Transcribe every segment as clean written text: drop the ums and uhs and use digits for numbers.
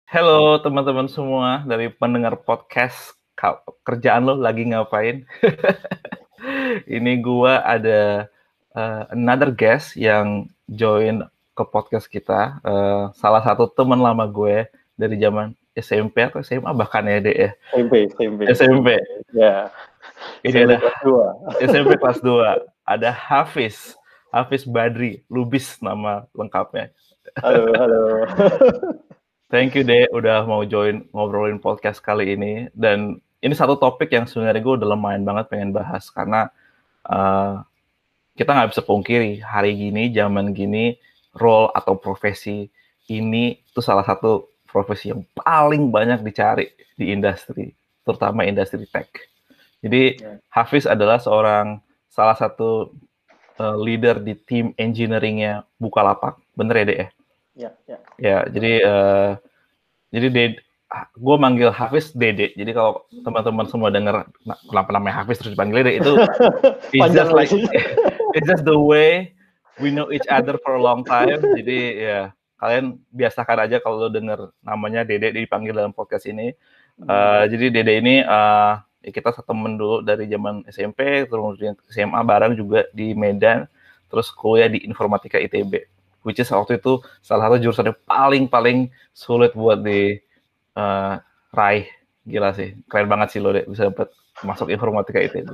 Halo teman-teman semua dari pendengar podcast. Kerjaan lo lagi ngapain? Ini gua ada another guest yang join ke podcast kita. Salah satu teman lama gue dari zaman SMP atau SMA bahkan ya, Dek ya. SMP. SMP. Ya, Ini SMP ada kelas 2. SMP kelas 2. Ada Hafiz Badri Lubis nama lengkapnya. Halo. Thank you, Dek, udah mau join ngobrolin podcast kali ini. Dan ini satu topik yang sebenarnya gue udah lumayan banget pengen bahas. Karena kita nggak bisa pungkiri, hari gini, zaman gini, role atau profesi ini tuh salah satu profesi yang paling banyak dicari di industri, terutama industri tech. Jadi, Ya. Hafiz adalah salah satu leader di tim engineering-nya Bukalapak. Bener ya, Dek ya? Ya. Ya, jadi gue manggil Hafiz Dede. Jadi kalau teman-teman semua dengar kenapa namanya Hafiz terus dipanggil Dede, itu it's Panjang just like lagi. it's just the way we know each other for a long time. Jadi ya kalian biasakan aja kalau lo denger namanya Dede dipanggil dalam podcast ini. Jadi Dede ini ya kita temen dulu dari zaman SMP, terus SMA bareng juga di Medan, terus kuliah di Informatika ITB. Which is waktu itu salah satu jurusan yang paling sulit buat raih. Gila sih, keren banget sih lo, Dek, bisa dapat masuk Informatika ITB.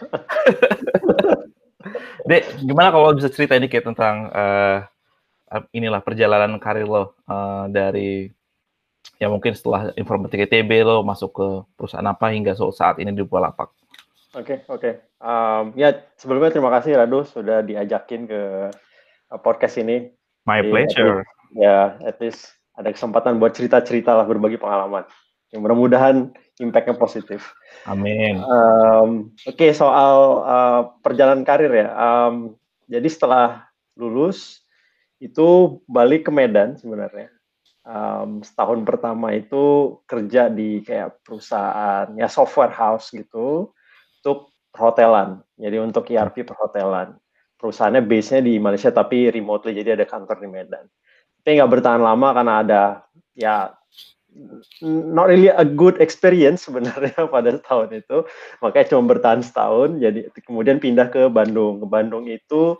Dek, gimana kalau bisa cerita dikit tentang inilah perjalanan karir lo dari ya mungkin setelah Informatika ITB lo masuk ke perusahaan apa hingga saat ini di Bukalapak. Oke. Ya, sebelumnya terima kasih Radu sudah diajakin ke podcast ini. My Jadi pleasure. at least ada kesempatan buat cerita-cerita lah, berbagi pengalaman. Yang mudah-mudahan impact-nya positif. Amin. Oke, soal perjalanan karir ya. Jadi setelah lulus itu balik ke Medan sebenarnya. Setahun pertama itu kerja di kayak perusahaan ya software house gitu untuk perhotelan. Jadi untuk ERP perhotelan. Perusahaannya base-nya di Malaysia tapi remotely, jadi ada kantor di Medan. Tapi nggak bertahan lama karena ada ya not really a good experience sebenarnya pada tahun itu. Makanya cuma bertahan setahun. Jadi kemudian pindah ke Bandung. Ke Bandung itu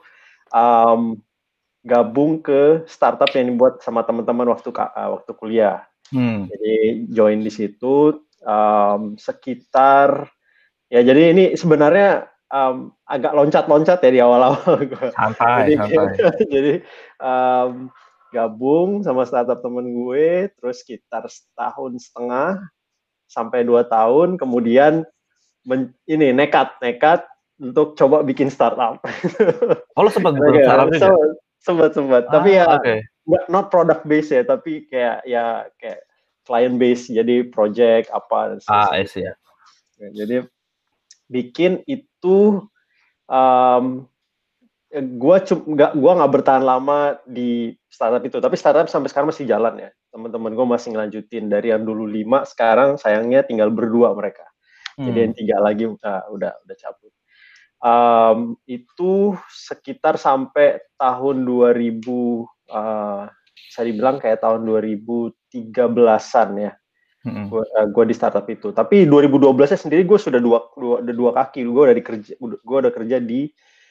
gabung ke startup yang dibuat sama teman-teman waktu kuliah. Jadi join di situ sekitar ya. Jadi ini sebenarnya agak loncat-loncat ya di awal-awal. Santai. Jadi gabung sama startup temen gue, terus sekitar setahun setengah sampai 2 tahun, kemudian ini nekat untuk coba bikin startup. Oh, lo sempat buka startup juga? Sempat. Tapi ya Okay. not product base ya, tapi kayak client base, jadi project apa dan seterusnya. Jadi bikin itu gua nggak bertahan lama di startup itu, tapi startup sampai sekarang masih jalan ya. Teman-teman gue masih ngelanjutin dari yang dulu 5, sekarang sayangnya tinggal berdua mereka. Jadi yang 3 lagi udah cabut. Itu sekitar sampai tahun 2000, bisa dibilang kayak tahun 2013-an ya. Gue di startup itu. Tapi 2012-nya sendiri gue sudah dua kaki. Gue udah kerja di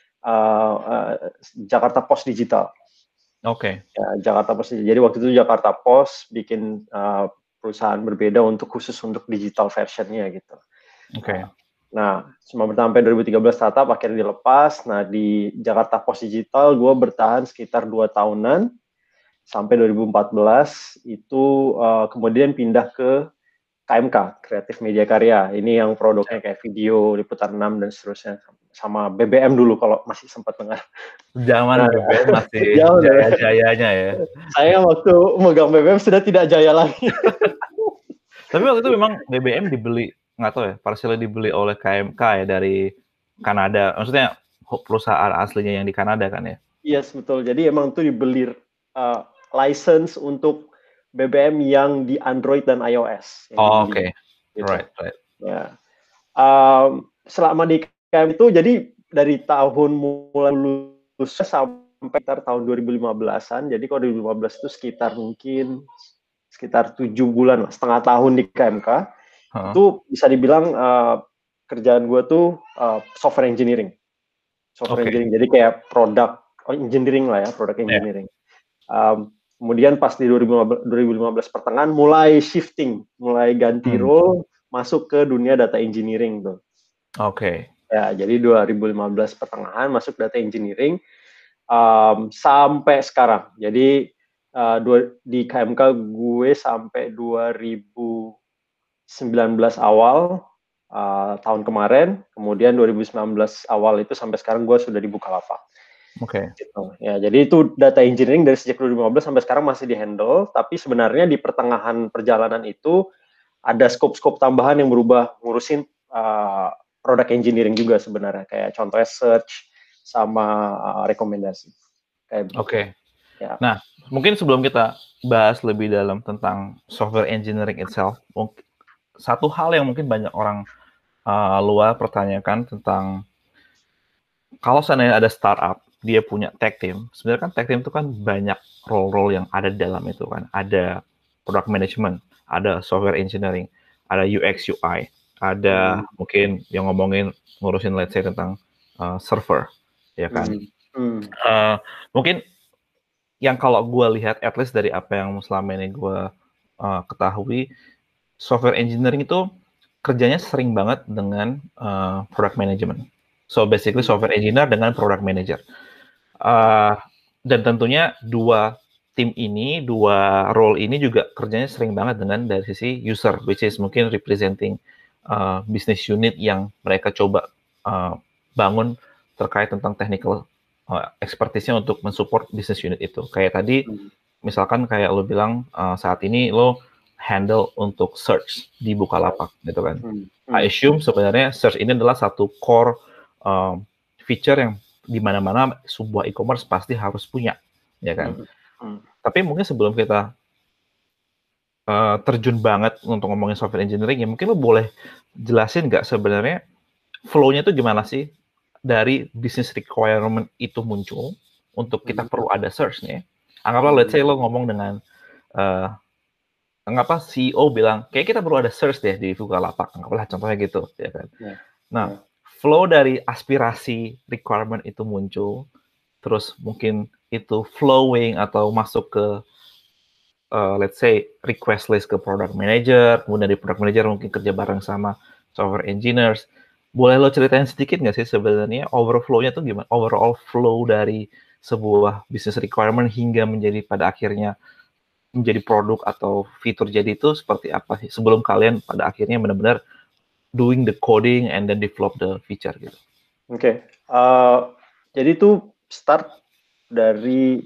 Jakarta Post Digital. Oke. Ya, Jakarta Post. Jadi waktu itu Jakarta Post bikin perusahaan berbeda khusus untuk digital versionnya gitu. Oke. Nah, cuma bertahan sampai 2013 startup, akhirnya dilepas. Nah, di Jakarta Post Digital gue bertahan sekitar 2 tahunan sampai 2014 itu kemudian pindah ke KMK, Kreatif Media Karya. Ini yang produknya kayak video, Liputan 6 dan seterusnya. Sama BBM dulu kalau masih sempat dengar. Zaman BBM masih Jauh deh. jaya-jayanya ya. Saya waktu megang BBM sudah tidak jaya lagi. Tapi waktu itu memang BBM dibeli, nggak tahu ya, partially dibeli oleh KMK ya dari Kanada. Maksudnya perusahaan aslinya yang di Kanada kan ya? Yes, betul. Jadi emang tuh dibeli license untuk BBM yang di Android dan iOS. Oh, oke. Gitu. Right. Ya. Selama di KM itu, jadi dari tahun mulai lulus sampai tahun 2015-an. Jadi kalau 2015 itu sekitar mungkin sekitar 7 bulan, setengah tahun di KMK, Heeh. itu bisa dibilang kerjaan gue tuh software engineering. Software Oke. engineering, jadi kayak product engineering lah ya, product Yeah. engineering. Kemudian pas di 2015 pertengahan mulai shifting, mulai ganti role, masuk ke dunia data engineering tuh. Oke. Ya, jadi 2015 pertengahan masuk data engineering sampai sekarang. Jadi di KMK gue sampai 2019 awal tahun kemarin, kemudian 2019 awal itu sampai sekarang gue sudah di Bukalapak. Oke. Gitu. Ya, jadi itu data engineering dari sejak 2015 sampai sekarang masih di-handle, tapi sebenarnya di pertengahan perjalanan itu ada scope-scope tambahan yang berubah, ngurusin product engineering juga sebenarnya, kayak contohnya search sama rekomendasi. Kayak begitu. Oke. Ya. Nah, mungkin sebelum kita bahas lebih dalam tentang software engineering itself, satu hal yang mungkin banyak orang luar pertanyakan tentang kalau seandainya ada startup, dia punya tech team, sebenarnya kan tech team itu kan banyak role-role yang ada di dalam itu kan. Ada product management, ada software engineering, ada UX UI, ada mungkin yang ngomongin ngurusin let's say tentang server, ya kan. Mungkin yang kalau gue lihat, at least dari apa yang selama ini gue ketahui, software engineering itu kerjanya sering banget dengan product management. So basically software engineer dengan product manager. Dan tentunya dua tim ini, dua role ini juga kerjanya sering banget dengan dari sisi user, which is mungkin representing business unit yang mereka coba bangun terkait tentang technical expertise-nya untuk mensupport business unit itu. Kayak tadi, misalkan kayak lo bilang saat ini lo handle untuk search di Bukalapak, gitu kan. I assume sebenarnya search ini adalah satu core feature yang di mana-mana sebuah e-commerce pasti harus punya, ya kan. Tapi mungkin sebelum kita terjun banget untuk ngomongin software engineering, ya mungkin lo boleh jelasin nggak sebenarnya flow-nya itu gimana sih dari business requirement itu muncul untuk kita perlu ada search nih. Anggaplah let's say lo ngomong dengan anggaplah CEO bilang kayak kita perlu ada search deh di Bukalapak, anggaplah contohnya gitu, ya kan. Nah, flow dari aspirasi requirement itu muncul, terus mungkin itu flowing atau masuk ke let's say request list ke product manager, kemudian dari product manager mungkin kerja bareng sama software engineers. Boleh lo ceritain sedikit nggak sih sebenarnya overflow-nya tuh gimana? Overall flow dari sebuah business requirement hingga menjadi pada akhirnya menjadi produk atau fitur jadi itu seperti apa sih sebelum kalian pada akhirnya benar-benar doing the coding and then develop the feature gitu. Oke. Jadi itu start dari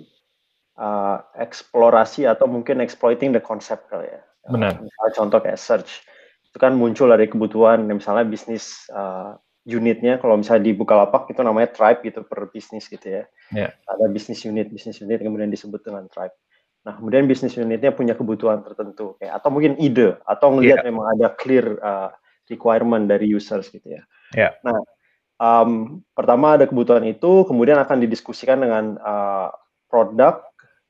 eksplorasi atau mungkin exploiting the concept kali ya. Benar. Misalnya contoh kayak search, itu kan muncul dari kebutuhan, misalnya bisnis unitnya, kalau misalnya di Bukalapak itu namanya tribe gitu per bisnis gitu ya. Yeah. Ada bisnis unit kemudian disebut dengan tribe. Nah, kemudian bisnis unitnya punya kebutuhan tertentu, kayak atau mungkin ide, atau ngelihat memang ada clear requirement dari users gitu ya. Yeah. Nah, pertama ada kebutuhan itu, kemudian akan didiskusikan dengan produk,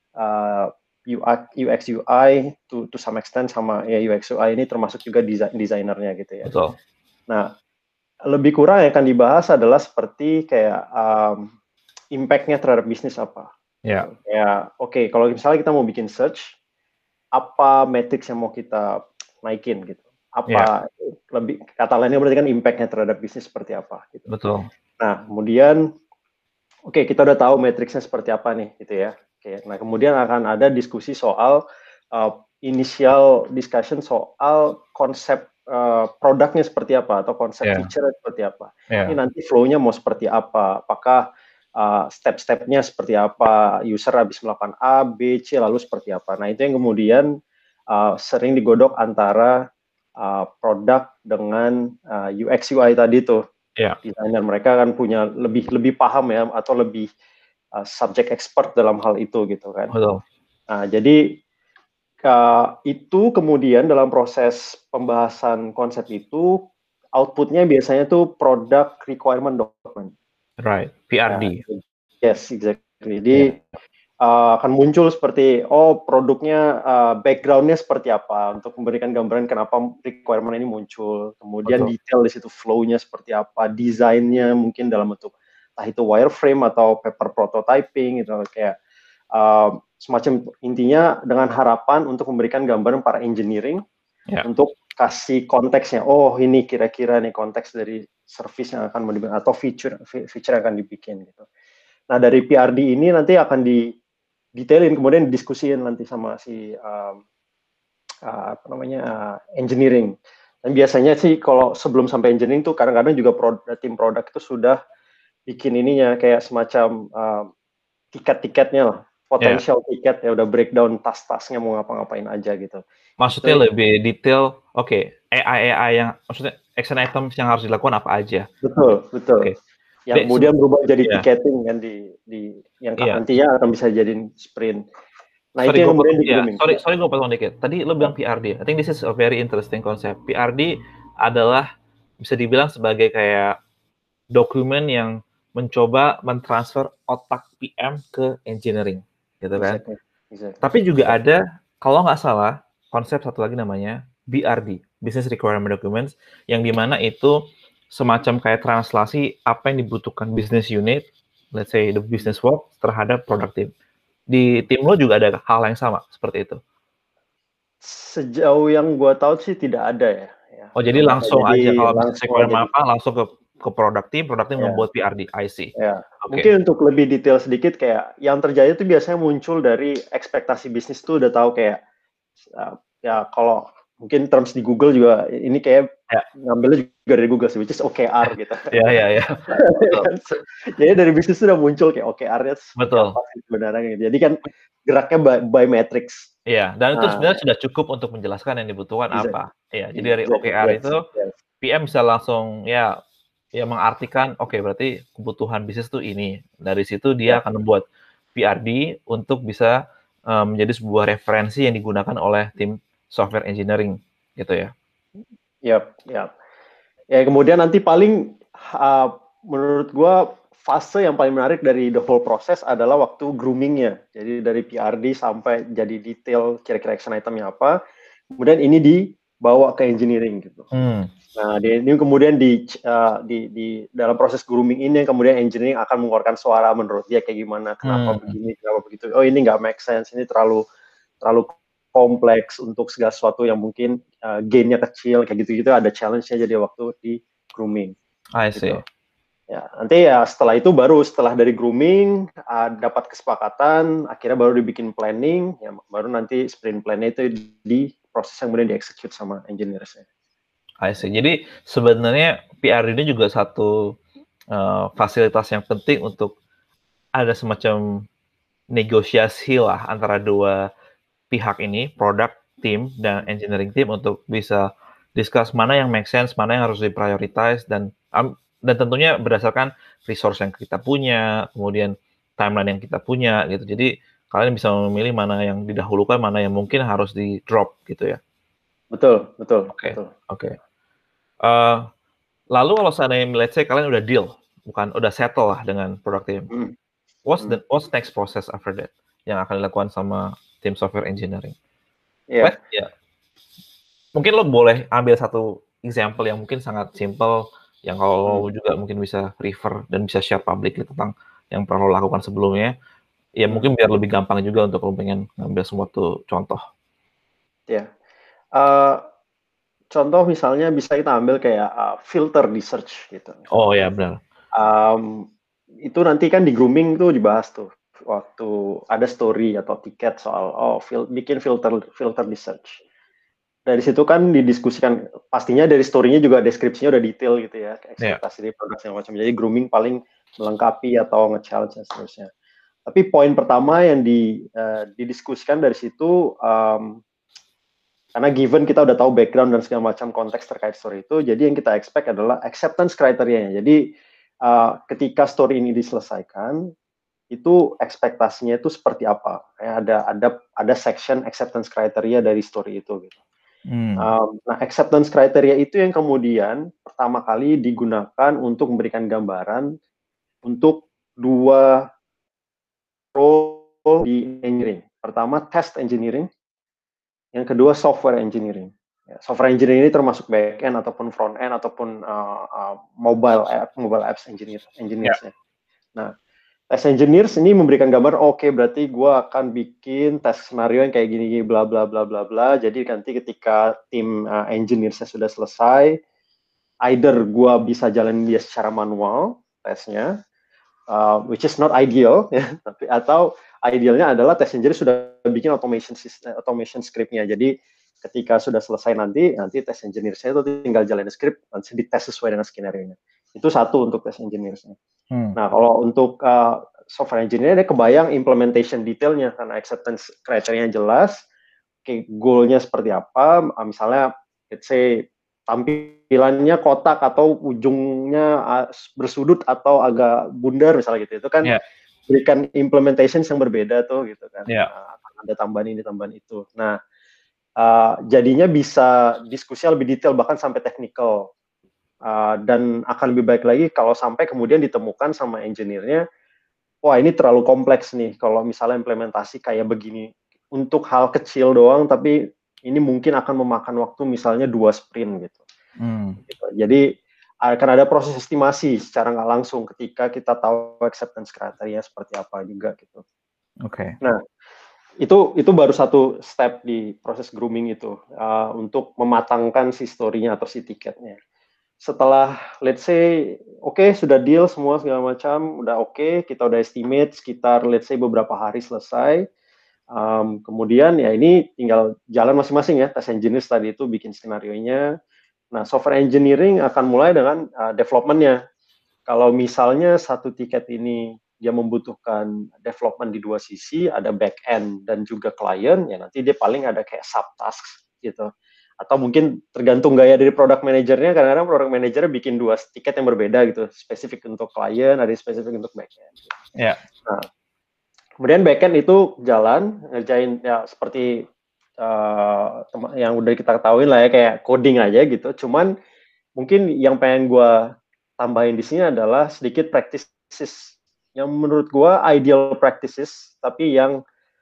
UX UI to some extent sama ya UX UI ini termasuk juga desainernya gitu ya. Betul. Nah, lebih kurang yang akan dibahas adalah seperti kayak impact-nya terhadap bisnis apa. Ya. Ya, oke, kalau misalnya kita mau bikin search, apa matrix yang mau kita naikin gitu? Apa lebih kata lainnya berarti kan impact-nya terhadap bisnis seperti apa gitu. Betul. Nah, kemudian oke, kita udah tahu matriksnya seperti apa nih gitu ya. Oke, nah kemudian akan ada diskusi soal initial discussion soal konsep produknya seperti apa atau konsep feature seperti apa. Ini nanti flow-nya mau seperti apa? Apakah step-stepnya seperti apa? User habis melakukan A, B, C lalu seperti apa? Nah, itu yang kemudian sering digodok antara produk dengan UX UI tadi tuh. Desainer mereka kan punya lebih paham ya atau lebih subject expert dalam hal itu gitu kan. Betul. Nah, jadi itu kemudian dalam proses pembahasan konsep itu outputnya biasanya tuh product requirement document. Right, PRD. Yes, exactly. Jadi akan muncul seperti produknya background-nya seperti apa untuk memberikan gambaran kenapa requirement ini muncul, kemudian Betul. detail di situ flow-nya seperti apa, desainnya mungkin dalam bentuk entah itu wireframe atau paper prototyping gitu kayak semacam intinya dengan harapan untuk memberikan gambaran para engineering untuk kasih konteksnya. Oh ini kira-kira nih konteks dari service yang akan dibikin atau feature yang akan dibikin gitu. Nah dari PRD ini nanti akan detailin kemudian diskusiin nanti sama si engineering. Dan biasanya sih kalau sebelum sampai engineering tuh kadang-kadang juga tim produk itu sudah bikin ininya kayak semacam tiket-tiketnya lah, potential tiket ya udah breakdown tas-tasnya mau ngapa-ngapain aja gitu. Maksudnya Itu lebih detail, AI yang maksudnya action items yang harus dilakukan apa aja? betul. Oke. Yang kemudian berubah jadi Iya. ticketing kan di yang nantinya akan bisa jadiin sprint. Nah, Sorry, itu yang kemudian di grooming. sorry gue potong dikit. Tadi lo bilang PRD. I think this is a very interesting concept. PRD adalah bisa dibilang sebagai kayak dokumen yang mencoba mentransfer otak PM ke engineering, gitu kan? Exactly. Tapi juga ada, kalau nggak salah, konsep satu lagi namanya BRD, Business Requirement Documents, yang dimana itu semacam kayak translasi apa yang dibutuhkan business unit, let's say the business work, terhadap product team. Di tim lo juga ada hal yang sama seperti itu? Sejauh yang gue tahu sih tidak ada ya. Oh jadi langsung aja kalau business requirement jadi, langsung ke product team membuat PRD, I see. Ya, Oke. mungkin untuk lebih detail sedikit kayak yang terjadi itu biasanya muncul dari ekspektasi bisnis tuh udah tahu kayak ya kalau mungkin terms di Google juga ini kayak ngambilnya juga dari Google sih, which is OKR gitu. Iya. Jadi dari bisnis sudah muncul kayak OKR-nya seperti Betul. apa sih sebenarnya. Jadi kan geraknya by metrics. Iya, dan itu sebenarnya sudah cukup untuk menjelaskan yang dibutuhkan apa. Iya, jadi dari OKR itu PM bisa langsung ya mengartikan oke, berarti kebutuhan bisnis itu ini. Dari situ dia akan membuat PRD untuk bisa menjadi sebuah referensi yang digunakan oleh tim software engineering gitu ya. Yap. Ya kemudian nanti paling menurut gua fase yang paling menarik dari the whole process adalah waktu groomingnya. Jadi dari PRD sampai jadi detail kira-kira action itemnya apa. Kemudian ini dibawa ke engineering gitu. Nah, ini kemudian di dalam proses grooming ini yang kemudian engineering akan mengeluarkan suara menurut dia kayak gimana, kenapa begini, kenapa begitu. Oh ini nggak make sense, ini terlalu kompleks untuk segala sesuatu yang mungkin gain-nya kecil kayak gitu-gitu ada challenge-nya jadi waktu di grooming. I see. Gitu. Ya, nanti ya setelah itu baru setelah dari grooming dapat kesepakatan, akhirnya baru dibikin planning, ya baru nanti sprint plan-nya itu di proses yang kemudian di-execute sama engineers-nya. I see. Jadi sebenarnya PRD ini juga satu fasilitas yang penting untuk ada semacam negosiasi lah antara dua pihak ini, product team dan engineering team untuk bisa discuss mana yang make sense, mana yang harus diprioritize dan tentunya berdasarkan resource yang kita punya, kemudian timeline yang kita punya gitu. Jadi kalian bisa memilih mana yang didahulukan, mana yang mungkin harus di drop gitu ya. Betul. Oke. Lalu kalau seandainya let's say kalian udah deal, udah settle lah dengan product team. What's next process after that yang akan dilakukan sama tim software engineering? Mungkin lo boleh ambil satu example yang mungkin sangat simple, yang kalau lo juga mungkin bisa refer dan bisa share public tentang yang pernah lo lakukan sebelumnya. Ya mungkin biar lebih gampang juga untuk lo pengen ngambil suatu contoh. Ya. Contoh misalnya bisa kita ambil kayak filter di search gitu. Oh ya benar. Itu nanti kan di grooming tuh dibahas tuh waktu ada story atau tiket soal bikin filter di search. Dari situ kan didiskusikan, pastinya dari story-nya juga deskripsinya udah detail gitu ya, ekspektasi dari produk segala macam. Jadi grooming paling melengkapi atau nge-challenge dan seterusnya. Tapi poin pertama yang didiskusikan dari situ, karena given kita udah tahu background dan segala macam konteks terkait story itu, jadi yang kita expect adalah acceptance kriterianya. Jadi ketika story ini diselesaikan, itu ekspektasinya itu seperti apa? Ada section acceptance criteria dari story itu gitu. Nah, acceptance criteria itu yang kemudian pertama kali digunakan untuk memberikan gambaran untuk dua role di engineering. Pertama test engineering, yang kedua software engineering. Software engineering ini termasuk back end ataupun front end ataupun mobile apps engineers. Nah, test engineers ini memberikan gambar, oke, berarti gue akan bikin test scenario yang kayak gini, bla bla bla bla bla. Jadi nanti ketika tim engineersnya sudah selesai, either gue bisa jalanin dia secara manual tesnya, which is not ideal, ya, atau idealnya adalah test engineer sudah bikin automation scriptnya. Jadi ketika sudah selesai nanti test engineer-nya itu tinggal jalanin script, nanti dites sesuai dengan skenario-nya. Itu satu untuk test engineer-nya. Nah, kalau untuk software engineer, dia kebayang implementation detailnya, karena acceptance kriteria jelas, goal-nya seperti apa, misalnya, let's say, tampilannya kotak atau ujungnya bersudut atau agak bundar misalnya gitu, itu kan berikan implementation yang berbeda tuh gitu kan, ada tambahan ini tambahan itu. Nah, jadinya bisa diskusinya lebih detail bahkan sampai technical, dan akan lebih baik lagi kalau sampai kemudian ditemukan sama engineer-nya, wah ini terlalu kompleks nih kalau misalnya implementasi kayak begini untuk hal kecil doang, tapi ini mungkin akan memakan waktu misalnya 2 sprint gitu. Gitu. Jadi akan ada proses estimasi secara nggak langsung ketika kita tahu acceptance kriteria seperti apa juga gitu. Nah, itu baru satu step di proses grooming itu, untuk mematangkan si story-nya atau si tiketnya. Setelah let's say sudah deal semua segala macam, udah kita udah estimate sekitar let's say beberapa hari selesai. Kemudian ya ini tinggal jalan masing-masing ya, test engineers tadi itu bikin skenario-nya. Nah, software engineering akan mulai dengan development-nya. Kalau misalnya satu tiket ini dia membutuhkan development di dua sisi, ada back end dan juga klien, ya nanti dia paling ada kayak subtask gitu. Atau mungkin tergantung gaya dari product manajernya, kadang-kadang product manajernya bikin 2 tiket yang berbeda gitu, spesifik untuk klien, ada yang spesifik untuk back end. Nah, kemudian back end itu jalan, ngerjain ya seperti yang udah kita ketahui lah ya, kayak coding aja gitu. Cuman mungkin yang pengen gue tambahin di sini adalah sedikit practices yang menurut gue ideal practices, tapi yang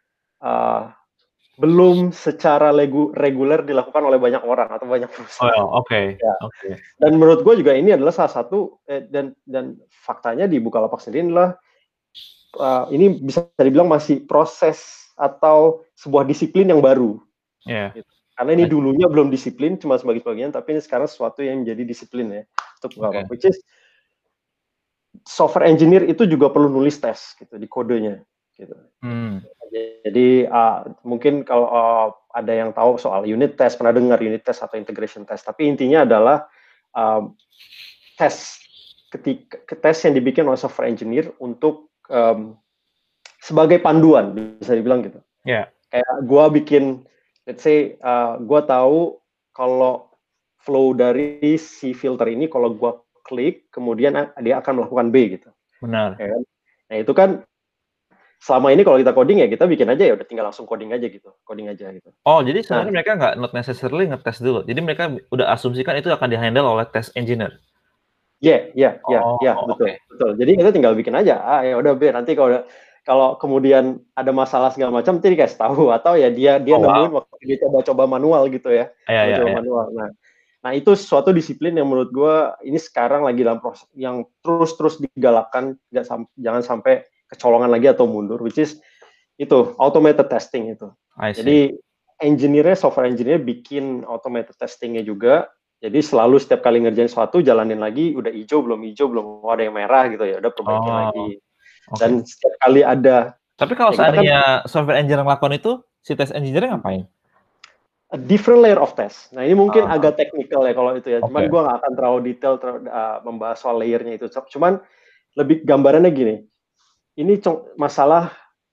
belum secara reguler dilakukan oleh banyak orang atau banyak perusahaan. Dan menurut gue juga ini adalah salah satu dan faktanya di Bukalapak sendiri adalah ini bisa dibilang masih proses atau sebuah disiplin yang baru. Gitu. Karena ini dulunya belum disiplin, cuma sebagian, tapi ini sekarang sesuatu yang menjadi disiplin ya untuk Bukalapak. Which is software engineer itu juga perlu nulis tes gitu di kodenya. Gitu. Jadi mungkin kalau ada yang tahu soal unit test, pernah dengar unit test atau integration test, tapi intinya adalah tes yang dibikin oleh software engineer untuk sebagai panduan, bisa dibilang gitu. Kayak gue bikin, let's say, gue tahu kalau flow dari si filter ini, kalau gue klik, kemudian dia akan melakukan B gitu. Benar. Ya kan? Nah itu kan selama ini kalau kita coding ya kita bikin aja ya udah tinggal langsung coding aja gitu. Oh, jadi sebenarnya mereka nggak not necessarily ngetes dulu. Jadi mereka udah asumsikan itu akan di-handle oleh test engineer. Iya, betul. Jadi kita tinggal bikin aja. Ya udah B, nanti kalau kemudian ada masalah segala macam nanti dikasih tahu, atau ya dia nemuin waktu dia coba-coba manual gitu ya. Manual. Nah, itu suatu disiplin yang menurut gue ini sekarang lagi dalam proses yang terus digalakkan, jangan sampai kecolongan lagi atau mundur, which is itu automated testing itu. Jadi software engineer bikin automated testingnya juga. Jadi selalu setiap kali ngerjain sesuatu jalanin lagi, udah hijau belum ada yang merah gitu ya, udah perbaikin lagi. Dan setiap kali ada. Tapi kalau seandainya software engineer ngelakuin itu, si test engineer ngapain? A different layer of test. Nah ini mungkin agak teknikal ya kalau itu ya. Cuman gue nggak akan terlalu detail membahas soal layernya itu. Cuman lebih gambarannya gini. Ini masalah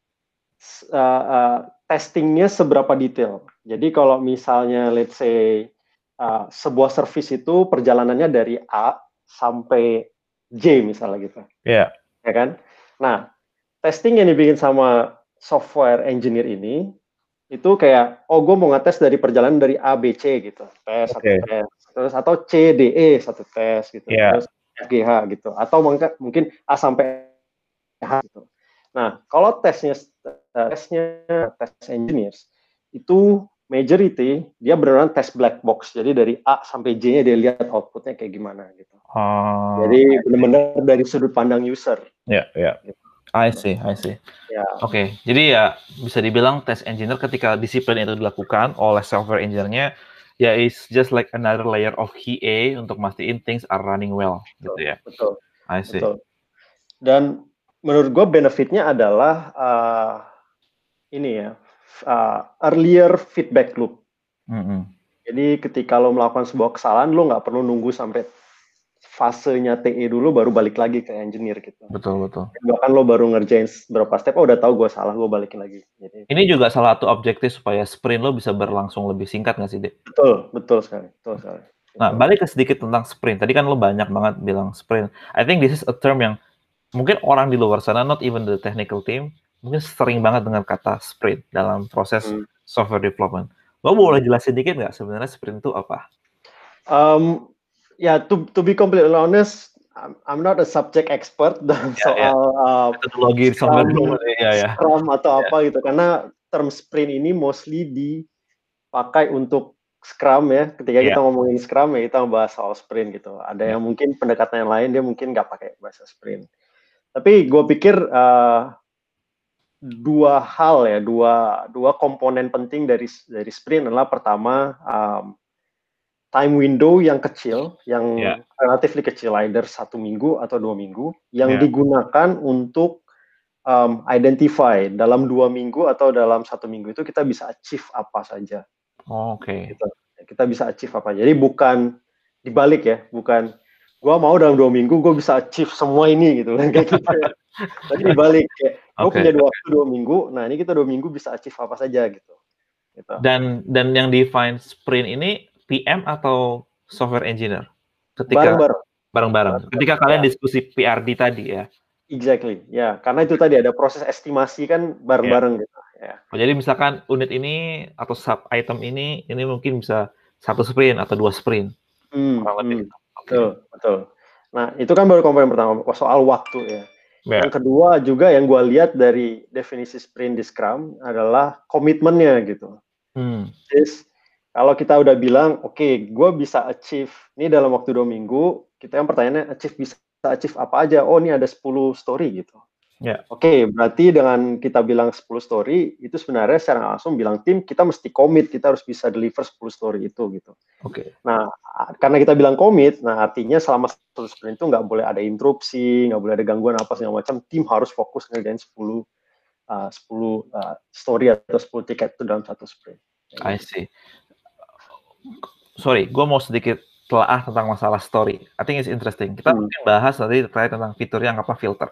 testingnya seberapa detail. Jadi kalau misalnya let's say sebuah service itu perjalanannya dari A sampai J misalnya gitu. Ya kan? Nah, testing yang dibikin sama software engineer ini itu kayak, gue mau ngetes dari perjalanan dari A, B, C gitu. Satu tes. Terus atau C, D, E, satu tes gitu. Terus F, G, H gitu. Atau mungkin A sampai H gitu. Nah, kalau tesnya tesnya test engineers itu majority dia beneran tes black box. Jadi dari A sampai J-nya dia lihat outputnya kayak gimana gitu. Jadi benar-benar dari sudut pandang user. Ya, ya. Gitu. I see. Ya. Oke, jadi ya bisa dibilang test engineer ketika disiplin itu dilakukan oleh software engineer-nya, ya it's just like another layer of QA untuk mastiin things are running well, gitu ya. Betul. I see. Dan menurut gue benefitnya adalah ini ya, earlier feedback loop. Jadi ketika lo melakukan sebuah kesalahan, lo nggak perlu nunggu sampai fasenya TE dulu baru balik lagi ke engineer gitu. Betul. Bahkan lo baru ngerjain beberapa step, udah tahu gue salah, gue balikin lagi. Jadi, ini juga salah satu objektif supaya sprint lo bisa berlangsung lebih singkat nggak sih, Dek? Betul sekali. Nah, balik ke sedikit tentang sprint. Tadi kan lo banyak banget bilang sprint. I think this is a term yang mungkin orang di luar sana, not even the technical team, mungkin sering banget dengan kata sprint dalam proses software development. Lo boleh jelasin dikit nggak sebenarnya sprint itu apa? Ya, to be completely honest, I'm not a subject expert dalam soal metodologi Scrum atau apa gitu. Karena term sprint ini mostly dipakai untuk Scrum ya. Ketika kita ngomongin Scrum ya kita membahas soal sprint gitu. Ada yang mungkin pendekatan yang lain dia mungkin nggak pakai bahasa sprint. Tapi gue pikir dua hal ya, dua komponen penting dari sprint adalah pertama time window yang kecil, yang relatif kecil, either 1 minggu atau 2 minggu, yang digunakan untuk identify dalam 2 minggu atau dalam 1 minggu itu kita bisa achieve apa saja. Oke. Gitu. Kita bisa achieve apa. Jadi bukan dibalik ya, bukan gua mau dalam 2 minggu gue bisa achieve semua ini gitu kan kayak gitu ya. Tapi dibalik kayak gue punya waktu 2 minggu, nah ini kita 2 minggu bisa achieve apa saja gitu. Dan yang define sprint ini PM atau software engineer? Ketika bareng-bareng. Ketika kalian diskusi PRD tadi ya. Exactly, ya. Karena itu tadi ada proses estimasi kan bareng-bareng gitu. Ya. Jadi misalkan unit ini atau sub item ini mungkin bisa 1 sprint atau 2 sprint. Betul. Nah, itu kan baru komponen pertama soal waktu ya. Yang kedua juga yang gue lihat dari definisi sprint di Scrum adalah komitmennya gitu. Jadi kalau kita udah bilang, oke, gue bisa achieve ini dalam waktu 2 minggu, kita yang pertanyaannya bisa achieve apa aja? Oh, ini ada 10 story gitu. Oke, berarti dengan kita bilang 10 story, itu sebenarnya secara langsung bilang tim, kita mesti komit, kita harus bisa deliver 10 story itu gitu. Nah, karena kita bilang komit, nah artinya selama 1 sprint itu nggak boleh ada interupsi, nggak boleh ada gangguan apa segala macam, tim harus fokus ngerjain 10 story atau 10 tiket itu dalam 1 sprint. I see. Sorry, gue mau sedikit telaah tentang masalah story. I think it's interesting. Kita mungkin bahas nanti terkait tentang fitur yang apa filter.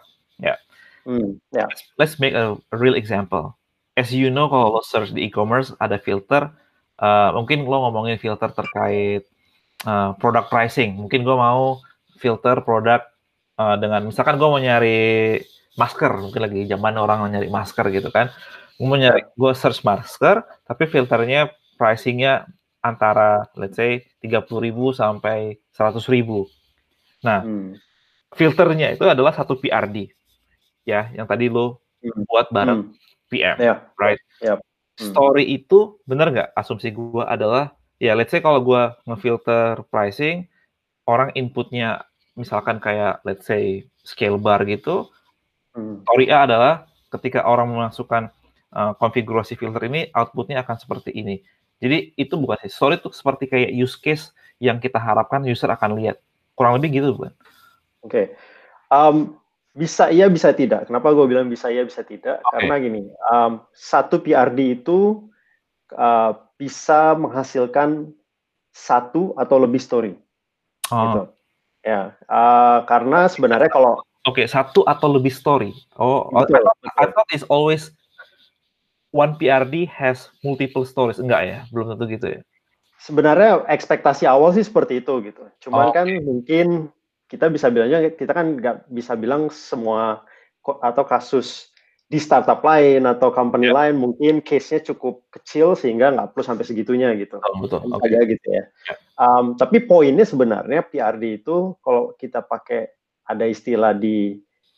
Let's make a real example. As you know, kalau lo search di e-commerce ada filter. Mungkin lo ngomongin filter terkait product pricing. Mungkin gue mau filter produk dengan misalkan gue mau nyari masker. Mungkin lagi zaman orang nyari masker gitu kan. Gue search masker, tapi filternya pricingnya antara let's say 30.000 sampai 100.000. Nah, filternya itu adalah satu PRD. Ya, yang tadi lo buat bareng PM, right? Story itu bener nggak? Asumsi gue adalah ya let's say kalau gue ngefilter pricing, orang inputnya misalkan kayak let's say scale bar gitu, story A adalah ketika orang memasukkan konfigurasi filter ini, outputnya akan seperti ini. Jadi itu bukan sih, story itu seperti kayak use case yang kita harapkan user akan lihat. Kurang lebih gitu, bukan? Oke. Bisa iya, bisa tidak. Kenapa gue bilang bisa iya, bisa tidak? Karena gini, satu PRD itu bisa menghasilkan 1 atau lebih story. Gitu. Ya, karena sebenarnya kalau 1 atau lebih story. Betul. I thought it's always one PRD has multiple stories. Enggak ya? Belum tentu gitu ya? Sebenarnya ekspektasi awal sih seperti itu gitu. Cuman kan mungkin kita bisa bilangnya, kita kan nggak bisa bilang semua atau kasus di startup lain atau company lain mungkin case-nya cukup kecil sehingga nggak perlu sampai segitunya gitu. Betul. Aja gitu ya. Tapi poinnya sebenarnya PRD itu kalau kita pakai ada istilah di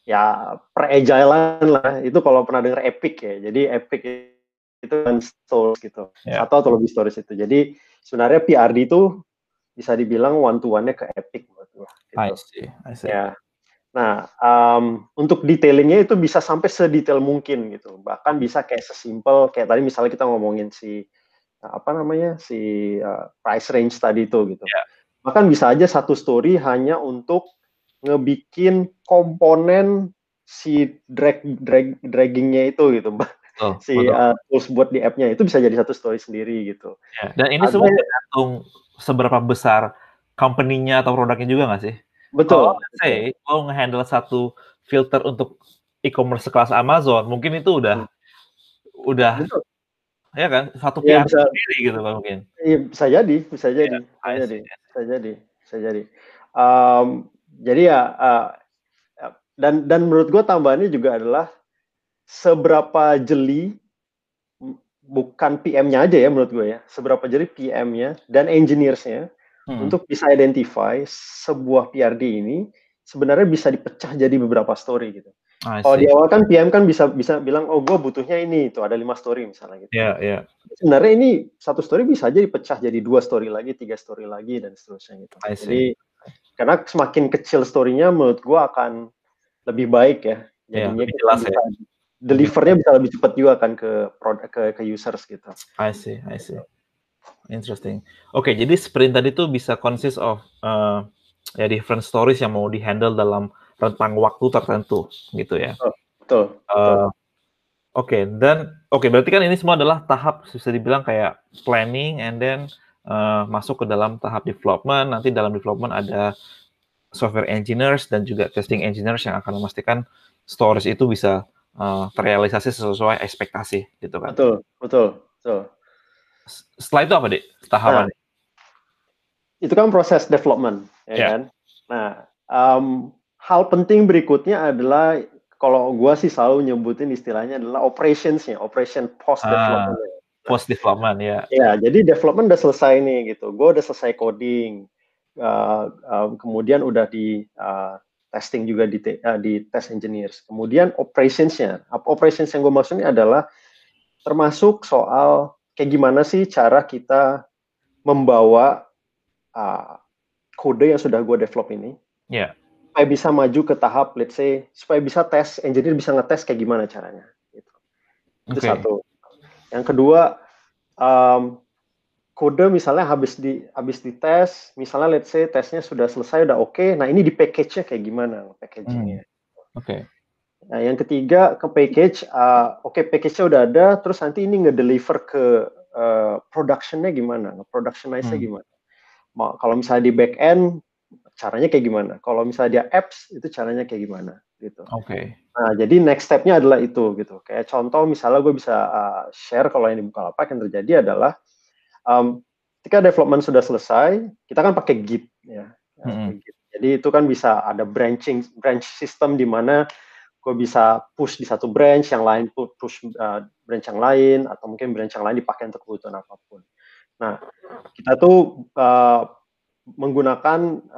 ya per-agilean lah. Itu kalau pernah dengar Epic ya. Jadi Epic itu kan stories gitu. Ya, Satu atau lebih stories itu. Jadi sebenarnya PRD itu bisa dibilang one to one-nya ke Epic menurut gua I gitu. see, I see. Ya. Nah, untuk detailingnya itu bisa sampai sedetail mungkin gitu. Bahkan bisa kayak sesimpel kayak tadi misalnya kita ngomongin si apa namanya si price range tadi itu gitu. Ya, Bahkan bisa aja satu story hanya untuk ngebikin komponen si draggingnya itu gitu, betul, si betul. tools buat di app-nya itu bisa jadi satu story sendiri gitu. Ya, dan ini Ada semua tergantung seberapa besar company-nya atau produknya juga nggak sih? Kalau betul, let's betul. say lo nge-handle satu filter untuk e-commerce sekelas Amazon, mungkin itu Hmm, udah betul. ya kan satu Ya PR bisa, sendiri gitu kan mungkin. iya, bisa jadi, bisa Ya, jadi, bisa I jadi, see. bisa jadi, bisa jadi. Em, jadi ya, dan menurut gue tambahannya juga adalah seberapa jeli bukan PM-nya aja ya menurut gue ya, seberapa jeli PM-nya dan engineers-nya Hmm, untuk bisa identify sebuah PRD ini sebenarnya bisa dipecah jadi beberapa story gitu. I Kalau di see. awal kan PM kan bisa bisa bilang oh gue butuhnya ini itu ada 5 story misalnya gitu. Ya, ya, Sebenarnya ini satu story bisa aja dipecah jadi 2 story lagi, 3 story lagi dan seterusnya gitu. I see. Jadi karena semakin kecil story-nya menurut gue akan lebih baik ya. Ya, Jadinya lebih kita jelas ya, bisa lebih delivernya bisa lebih cepat juga kan ke produk ke users gitu. I see, I see. Interesting. Oke, jadi sprint tadi tuh bisa consist of ya different stories yang mau di-handle dalam rentang waktu tertentu gitu ya. Betul, betul, betul. Eh, Oke, dan oke berarti kan ini semua adalah tahap bisa dibilang kayak planning and then masuk ke dalam tahap development. Nanti dalam development ada software engineers dan juga testing engineers yang akan memastikan stories itu bisa terrealisasi sesuai ekspektasi gitu kan. Betul, betul, betul. Setelah itu apa, Dik? Nah, Tahapannya? itu kan proses development, ya Ya. kan? Nah, hal penting berikutnya adalah kalau gua sih selalu nyebutin istilahnya adalah operationsnya, operation post Ah, development. Nah, post development ya. ya, jadi development udah selesai nih gitu. Gue udah selesai coding, kemudian udah di testing juga di test engineers. Kemudian operationsnya, operations yang gue maksudnya adalah termasuk soal kayak gimana sih cara kita membawa uh, kode yang sudah gue develop ini Ya. supaya bisa maju ke tahap, let's say, supaya bisa tes engineer bisa ngetes kayak gimana caranya. Gitu. Itu Oke. satu. Yang kedua, um, kode misalnya habis dites, misalnya let's say tesnya sudah selesai, udah oke. Nah ini di package-nya kayak gimana Hmm. packagingnya? Oke. Nah yang ketiga ke package, oke package-nya udah ada, terus nanti ini nge-deliver ke production-nya gimana, nge-productionize-nya Hmm. gimana? Kalau misalnya di back end, caranya kayak gimana? Kalau misalnya dia apps, itu caranya kayak gimana? Gitu. Oke. Nah, jadi next step-nya adalah itu gitu. Kayak contoh misalnya gue bisa share kalau yang di Bukalapak yang terjadi adalah ketika development sudah selesai, kita kan pakai Git ya, Hmm. pakai Git. Jadi itu kan bisa ada branch system di mana gue bisa push di satu branch, yang lain push branch yang lain, atau mungkin branch yang lain dipakai untuk kebutuhan apapun. Nah, kita tuh menggunakan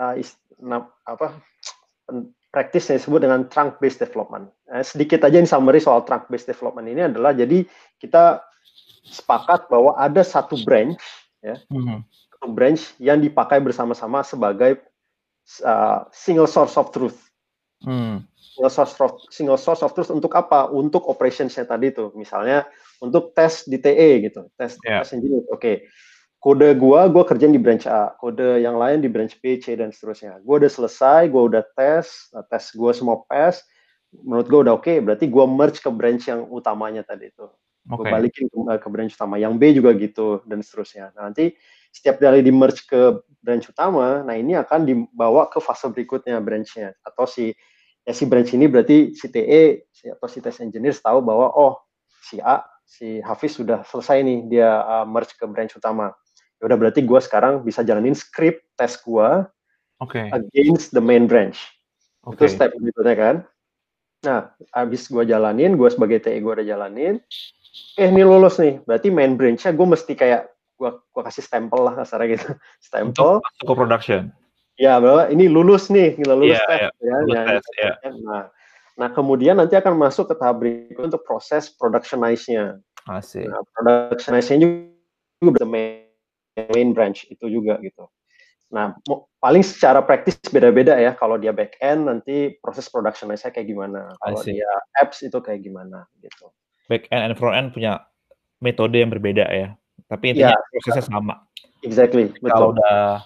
apa practice yang disebut dengan trunk based development. Sedikit aja in summary soal trunk based development ini adalah jadi kita sepakat bahwa ada satu branch ya, Hmm. branch yang dipakai bersama-sama sebagai single source of truth. Hmm. Single source of truth untuk apa? Untuk operationsnya tadi tuh, misalnya untuk tes di TE gitu, tes Ya. engineer. Oke, kode gue kerjain di branch A, kode yang lain di branch B, C dan seterusnya. Gue udah selesai, gue udah tes gue semua pass. Menurut gue udah oke, berarti gue merge ke branch yang utamanya tadi itu. Gue Oke. balikin ke branch utama. Yang B juga gitu dan seterusnya. Nah, nanti setiap kali di merge ke branch utama, nah ini akan dibawa ke fase berikutnya branchnya atau si branch ini berarti si TE atau si test engineer tahu bahwa oh si A, si Hafiz sudah selesai nih dia merge ke branch utama. Ya udah berarti gue sekarang bisa jalanin script tes gue Oke. against the main branch. Itu Oke. step berikutnya kan. Nah, habis gue jalanin, gue sebagai TE gue udah jalanin, ini lulus nih. Berarti main branch-nya gue mesti kayak gue kasih stempel lah kasarnya gitu. Untuk Stempel. masuk ke production. Ya, bahwa ini lulus nih, Iya, lulus tes iya. ya. Lulus tes, ya. Nah, Nah, kemudian nanti akan masuk ke tahap berikutnya untuk proses productionize-nya. Asik. Nah, productionize-nya juga the main branch itu juga gitu. Nah, paling secara praktis beda-beda ya. Kalau dia back end, nanti proses productionize-nya kayak gimana. Kalau Asik. dia apps itu kayak gimana gitu. Back end and front end punya metode yang berbeda ya. Tapi Ya, intinya prosesnya sama. exactly, Kalau betul. udah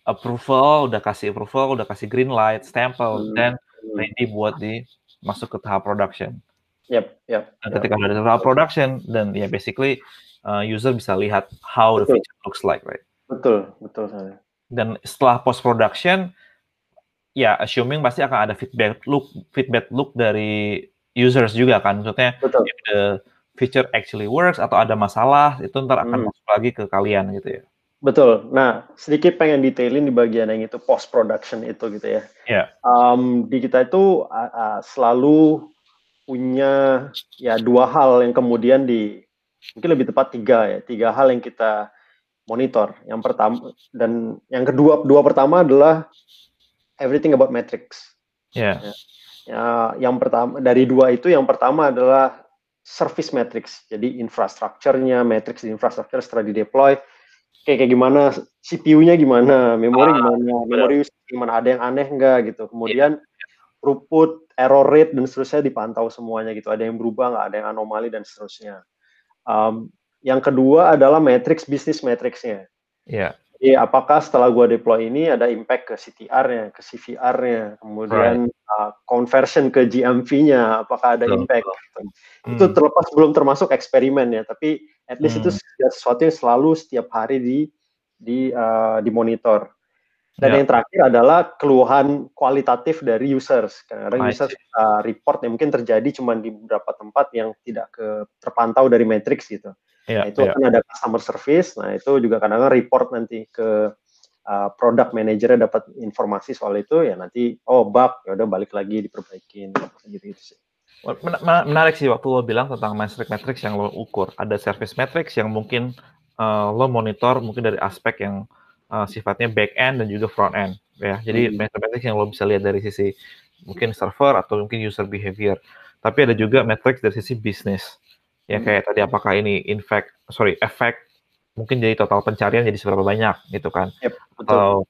udah kasih green light, stempel, dan ready buat masuk ke tahap production. Yep. Dan ketika udah di tahap production, dan ya basically user bisa lihat how the Betul. feature looks like, right? Betul sekali. Dan setelah post production, ya assuming pasti akan ada feedback loop dari users juga kan. Maksudnya Betul. if the feature actually works atau ada masalah, itu ntar akan masuk lagi ke kalian gitu ya. Betul. Nah, sedikit pengen detailin di bagian yang itu post production itu gitu ya. Ya. Di kita itu selalu punya ya dua hal yang kemudian mungkin lebih tepat tiga hal yang kita monitor. Yang pertama dan yang dua pertama adalah everything about metrics. Ya. Yang pertama dari dua itu, yang pertama adalah service metrics. Jadi infrastrukturnya, metrics di infrastruktur setelah di deploy kayak gimana, CPU-nya gimana, memori gimana, ada yang aneh enggak gitu. Kemudian throughput, error rate dan seterusnya dipantau semuanya gitu. Ada yang berubah nggak, ada yang anomali dan seterusnya. Yang kedua adalah matrix, bisnis matrix-nya. Yeah. Jadi apakah setelah gua deploy ini ada impact ke CTR-nya, ke CVR-nya, kemudian conversion ke GMV-nya, apakah ada impact? Itu belum termasuk eksperimen ya, tapi at least itu sesuatu yang selalu setiap hari dimonitor. Dan yang terakhir adalah keluhan kualitatif dari users. Kadang-kadang users report yang mungkin terjadi cuma di beberapa tempat yang tidak terpantau dari matrix gitu. Nah, itu akan ada customer service. Nah, itu juga kadang-kadang report nanti ke product manager dapat informasi soal itu, ya nanti bug, ya udah balik lagi diperbaikin gitu sih. Menarik sih waktu lo bilang tentang matrix yang lo ukur. Ada service matrix yang mungkin lo monitor mungkin dari aspek yang sifatnya back end dan juga front end ya. Jadi matrix yang lo bisa lihat dari sisi mungkin server atau mungkin user behavior. Tapi ada juga matrix dari sisi bisnis. Ya kayak tadi apakah ini efek mungkin jadi total pencarian jadi seberapa banyak gitu kan. Yep, atau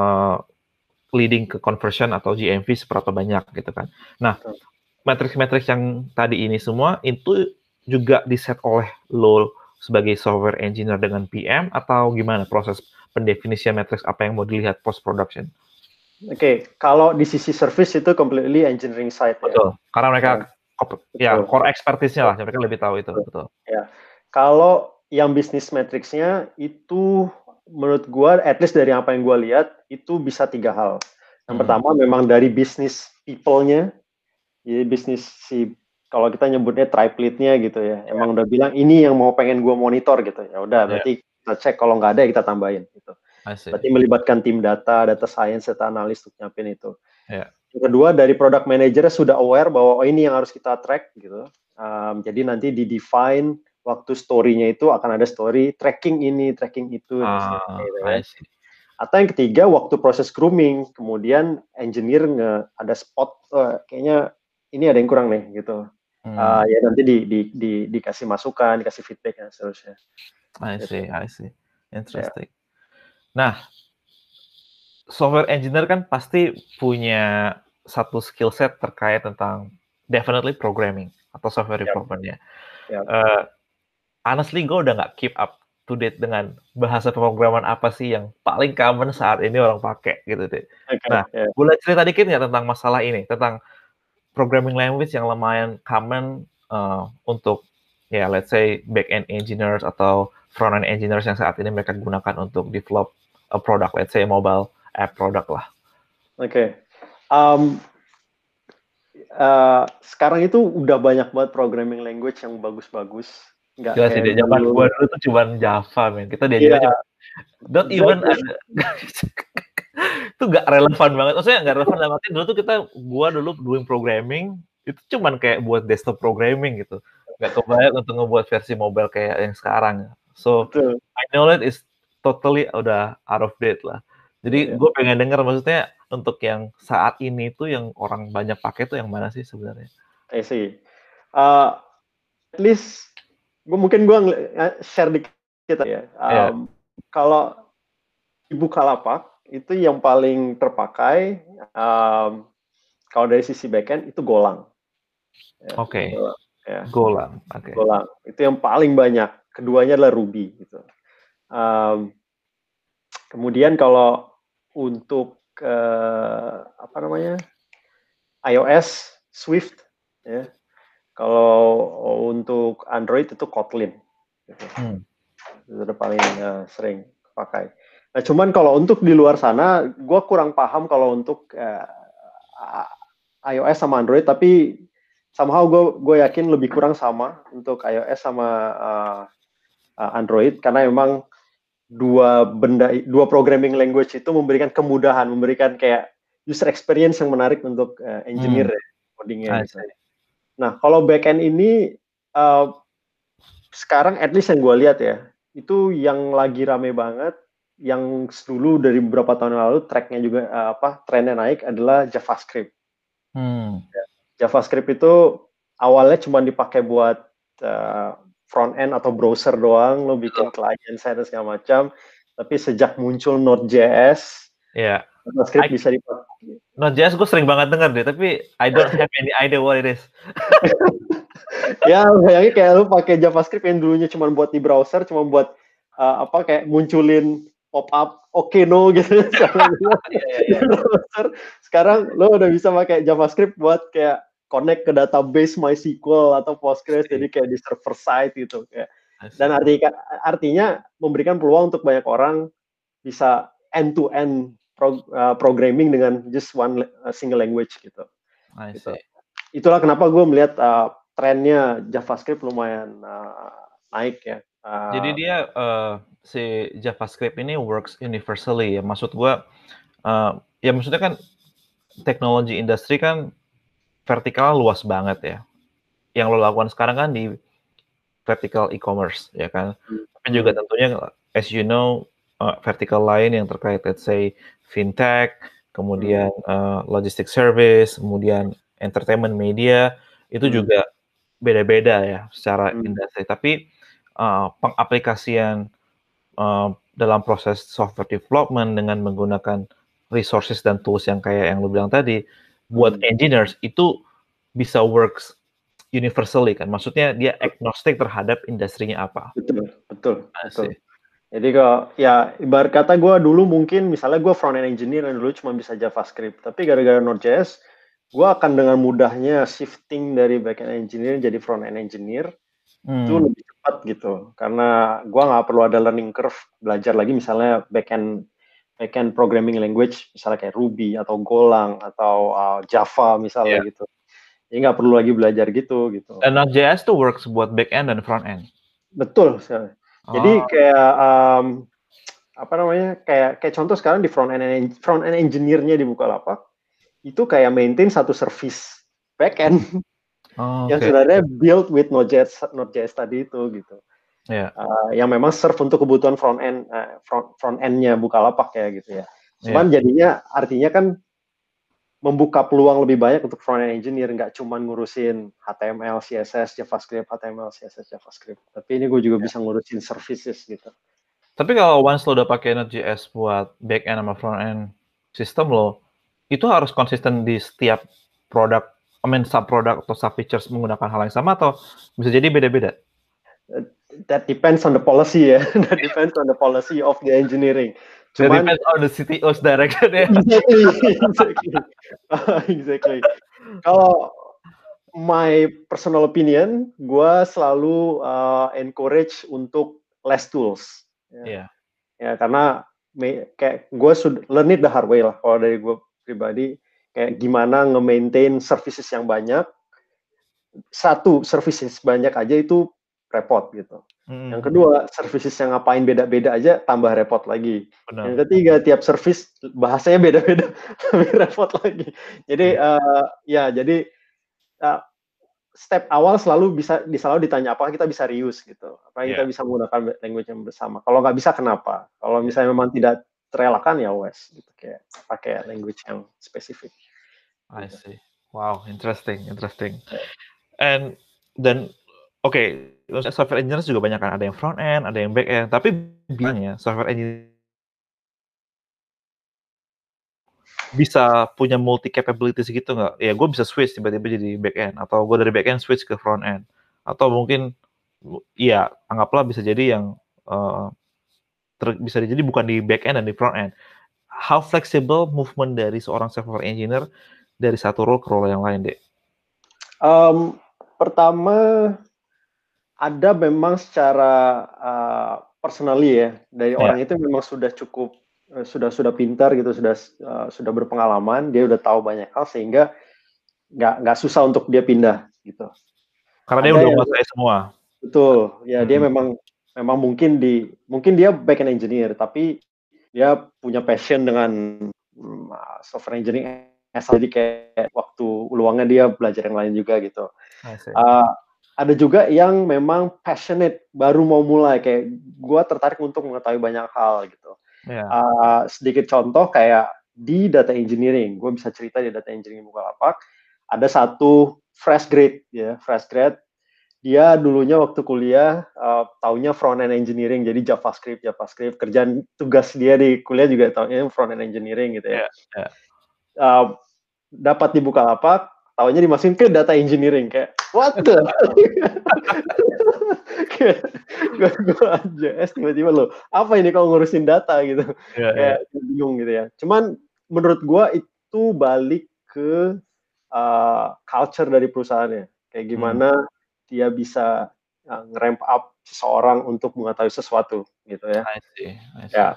leading ke conversion atau GMV seberapa banyak gitu kan. Nah, matrix-matrix yang tadi ini semua itu juga di-set oleh lo sebagai software engineer dengan PM atau gimana proses pendefinisian matrix apa yang mau dilihat post production? Oke, kalau di sisi service itu completely engineering side. Betul. Ya. Karena mereka core expertise-nya lah, mereka lebih tahu itu. Betul. Ya. Kalau yang bisnis matrix-nya itu menurut gua, at least dari apa yang gua lihat, itu bisa 3 hal. Yang pertama memang dari bisnis people-nya. Jadi bisnis kalau kita nyebutnya tribe lead-nya gitu ya. Emang udah bilang ini yang mau pengen gua monitor gitu. Ya udah, berarti kita cek, kalau nggak ada ya kita tambahin gitu. Berarti melibatkan tim data science, data analis untuk nyapin itu. Yang kedua, dari product manager sudah aware bahwa ini yang harus kita track gitu. Jadi nanti di-define waktu story-nya itu akan ada story tracking ini, tracking itu. Atau yang ketiga, waktu proses grooming, kemudian engineer ada spot, kayaknya ini ada yang kurang nih gitu. Ya nanti dikasih masukan, dikasih feedback dan seterusnya. I see. Interesting. Nah, software engineer kan pasti punya satu skill set terkait tentang definitely programming atau software development-nya. Honestly, gue udah nggak keep up to date dengan bahasa pemrograman apa sih yang paling common saat ini orang pakai gitu deh. Nah, boleh cerita dikit nggak tentang masalah ini, tentang programming language yang lumayan common untuk let's say back-end engineers atau front-end engineers yang saat ini mereka gunakan untuk develop a product, let's say mobile app product lah. Sekarang itu udah banyak banget programming language yang bagus-bagus. Jelas sih, zaman gua dulu tuh cuma Java, men. Kita diajarin cuma not even ada. Itu nggak relevan banget. Maksudnya nggak relevan dalam arti gua dulu doing programming itu cuman kayak buat desktop programming gitu. Nggak kebayang untuk ngebuat versi mobile kayak yang sekarang. So I know that is totally udah out of date lah. Jadi gue pengen denger maksudnya untuk yang saat ini tuh yang orang banyak pakai tuh yang mana sih sebenarnya? I see. At least mungkin gue share dikit ya. Iya. Kalau di Bukalapak itu yang paling terpakai kalau dari sisi backend itu Golang. Ya, Oke. Golang. Ya, Golang. Oke. Golang. Itu yang paling banyak. Keduanya adalah Ruby gitu. Kemudian kalau untuk apa namanya iOS, Swift, ya. Kalau untuk Android itu Kotlin. Gitu. Itu udah paling sering pakai. Nah, cuman kalau untuk di luar sana, gue kurang paham kalau untuk iOS sama Android, tapi somehow gue yakin lebih kurang sama untuk iOS sama Android, karena memang dua programming language itu memberikan kemudahan, memberikan kayak user experience yang menarik untuk engineer ya, codingnya gitu. Nah, kalau backend ini sekarang at least yang gue lihat ya, itu yang lagi rame banget, yang dulu dari beberapa tahun lalu tracknya juga trennya naik adalah JavaScript. JavaScript itu awalnya cuma dipakai buat front end atau browser doang, lo bikin client side dan segala macam. Tapi sejak muncul Node.js, JavaScript bisa dipakai. Node.js gue sering banget denger deh, tapi I don't have any idea what it is. Ya, bayangin kayak lu pakai JavaScript yang dulunya cuma buat di browser, cuma buat kayak munculin pop-up okay no gitu. Sekarang lo udah bisa pakai JavaScript buat kayak connect ke database MySQL atau Postgres, jadi kayak di server side gitu. Dan artinya memberikan peluang untuk banyak orang bisa end-to-end programming dengan just one single language gitu. Itulah kenapa gue melihat trennya JavaScript lumayan naik ya. Jadi dia si JavaScript ini works universally ya. Maksud gue, ya maksudnya kan teknologi industri kan vertikal luas banget ya. Yang lo lakukan sekarang kan di vertical e-commerce ya kan. Tapi juga tentunya as you know vertikal lain yang terkait let's say fintech, kemudian logistic service, kemudian entertainment media itu juga beda-beda ya secara industri. Tapi pengaplikasian dalam proses software development dengan menggunakan resources dan tools yang kayak yang lu bilang tadi, buat engineers itu bisa works universally kan. Maksudnya dia agnostic terhadap industrinya apa. Betul. Jadi kalau ya ibarat kata gue dulu mungkin misalnya gue front end engineer dan dulu cuma bisa JavaScript, tapi gara-gara Node.js gue akan dengan mudahnya shifting dari back end engineer jadi front end engineer itu lebih cepat gitu, karena gue nggak perlu ada learning curve belajar lagi misalnya back end programming language misalnya kayak Ruby atau Golang atau Java misalnya gitu. Jadi nggak perlu lagi belajar gitu. Dan Node.js tuh works buat back end dan front end. Betul. Jadi kayak apa namanya kayak contoh sekarang di front end engineer-nya di Bukalapak itu kayak maintain satu service back end yang sebenarnya build with Node.js tadi itu gitu. Yang memang serve untuk kebutuhan front end-nya Bukalapak ya gitu ya. Cuman jadinya artinya kan membuka peluang lebih banyak untuk front end engineer, nggak cuma ngurusin HTML, CSS, JavaScript, HTML, CSS, JavaScript. Tapi ini gue juga bisa ngurusin services gitu. Tapi kalau once lo udah pakai Node.js buat back end sama front end sistem lo, itu harus konsisten di setiap produk, sub produk atau sub features menggunakan hal yang sama atau bisa jadi beda-beda? That depends on the policy ya. That depends on the policy of the engineering. Cuman depends on the CTO's direction ya. Exactly. Kalau my personal opinion, gue selalu encourage untuk less tools. Ya, karena kayak gue learn it the hard way lah. Kalau dari gue pribadi, kayak gimana nge-maintain services yang banyak. Satu, services banyak aja itu repot gitu. Yang kedua, services yang ngapain beda-beda aja tambah repot lagi. Yang ketiga, tiap service bahasanya beda-beda, lebih repot lagi. Jadi jadi step awal selalu ditanya apakah kita bisa reuse gitu, apakah kita bisa menggunakan language yang bersama. Kalau nggak bisa, kenapa? Kalau misalnya memang tidak terelakkan ya wes gitu, kayak pakai language yang spesifik. I Gitu. see. Wow, interesting. And dan oke, software engineer juga banyak kan, ada yang front end, ada yang back end, tapi bilangnya software engineer bisa punya multi capabilities gitu nggak? Ya gue bisa switch tiba-tiba jadi back end, atau gue dari back end switch ke front end, atau mungkin ya anggaplah bisa jadi yang bisa jadi bukan di back end dan di front end. How flexible movement dari seorang software engineer dari satu role ke role yang lain, Dek? Pertama ada memang secara personally ya, dari Ya, orang itu memang sudah cukup sudah pintar gitu, sudah berpengalaman, dia udah tahu banyak hal sehingga nggak susah untuk dia pindah gitu. karena dia Ada udah yang menguasai semua. betul ya, dia Hmm. memang mungkin dia back end engineer tapi dia punya passion dengan software engineering, jadi kayak waktu luangnya dia belajar yang lain juga gitu. I see. Ada juga yang memang passionate, baru mau mulai, kayak gue tertarik untuk mengetahui banyak hal gitu. Ya. Sedikit contoh kayak di data engineering, gue bisa cerita di data engineering Bukalapak, ada satu fresh grade, dia dulunya waktu kuliah taunya front end engineering, jadi JavaScript, kerjaan tugas dia di kuliah juga taunya front end engineering gitu ya. Ya. Dapat di Bukalapak, taunya dimasukin ke data engineering, kayak what the gue aja tiba-tiba lo apa ini kalau ngurusin data gitu, Ya. kayak bingung gitu ya. Cuman menurut gue itu balik ke culture dari perusahaannya, kayak gimana dia bisa nge-ramp up seseorang untuk mengetahui sesuatu gitu ya. I see. Ya,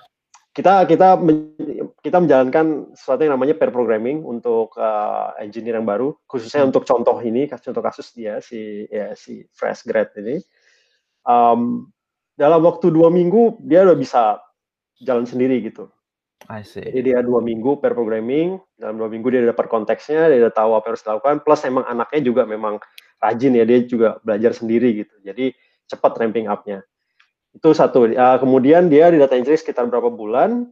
kita menjalankan sesuatu yang namanya pair programming untuk engineer yang baru, khususnya untuk contoh kasus dia si fresh grad ini. Dalam waktu 2 minggu dia udah bisa jalan sendiri gitu. I see. Jadi dia 2 minggu pair programming, dalam 2 minggu dia dapat konteksnya, dia udah tahu apa yang harus dilakukan, plus emang anaknya juga memang rajin ya, dia juga belajar sendiri gitu. Jadi cepat ramping up-nya. Itu satu. Kemudian dia di data engineering sekitar berapa bulan,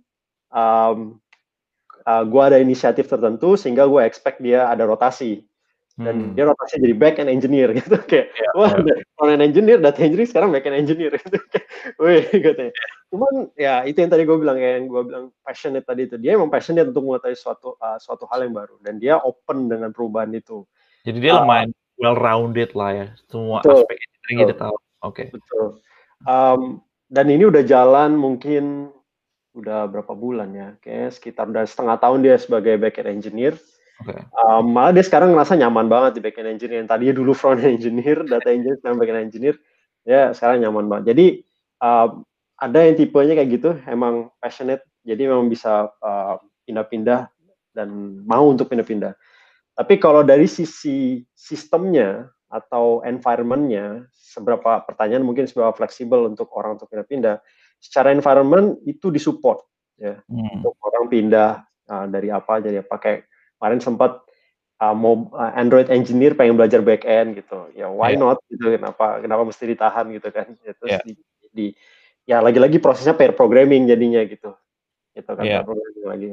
gue ada inisiatif tertentu sehingga gue expect dia ada rotasi, dan dia rotasi jadi back end engineer gitu, kayak wah, front end engineer, data engineering, sekarang back end engineer gitu. Wih, katanya. Cuman ya itu yang tadi gue bilang, yang gue bilang passionate tadi itu, dia emang passionate untuk mengetahui suatu hal yang baru, dan dia open dengan perubahan itu. Jadi dia lumayan well rounded lah ya, semua Betul, aspek engineering dia tahu. Oke. betul. Dan ini udah jalan mungkin udah berapa bulan ya, kayak sekitar udah setengah tahun dia sebagai backend engineer. Malah dia sekarang ngerasa nyaman banget di backend engineer, yang tadinya dulu front engineer, data engineer, sekarang backend engineer, ya sekarang nyaman banget. Jadi ada yang tipenya kayak gitu, emang passionate, jadi memang bisa pindah-pindah dan mau untuk pindah-pindah. Tapi kalau dari sisi sistemnya atau environment-nya, pertanyaan mungkin seberapa fleksibel untuk orang untuk pindah-pindah, secara environment itu disupport ya, untuk orang pindah dari apa jadi apa. Kayak kemarin sempat mau Android engineer pengen belajar back end gitu, ya why not gitu, kenapa mesti ditahan gitu kan. Terus ya lagi-lagi prosesnya pair programming jadinya gitu kan, pair programming lagi.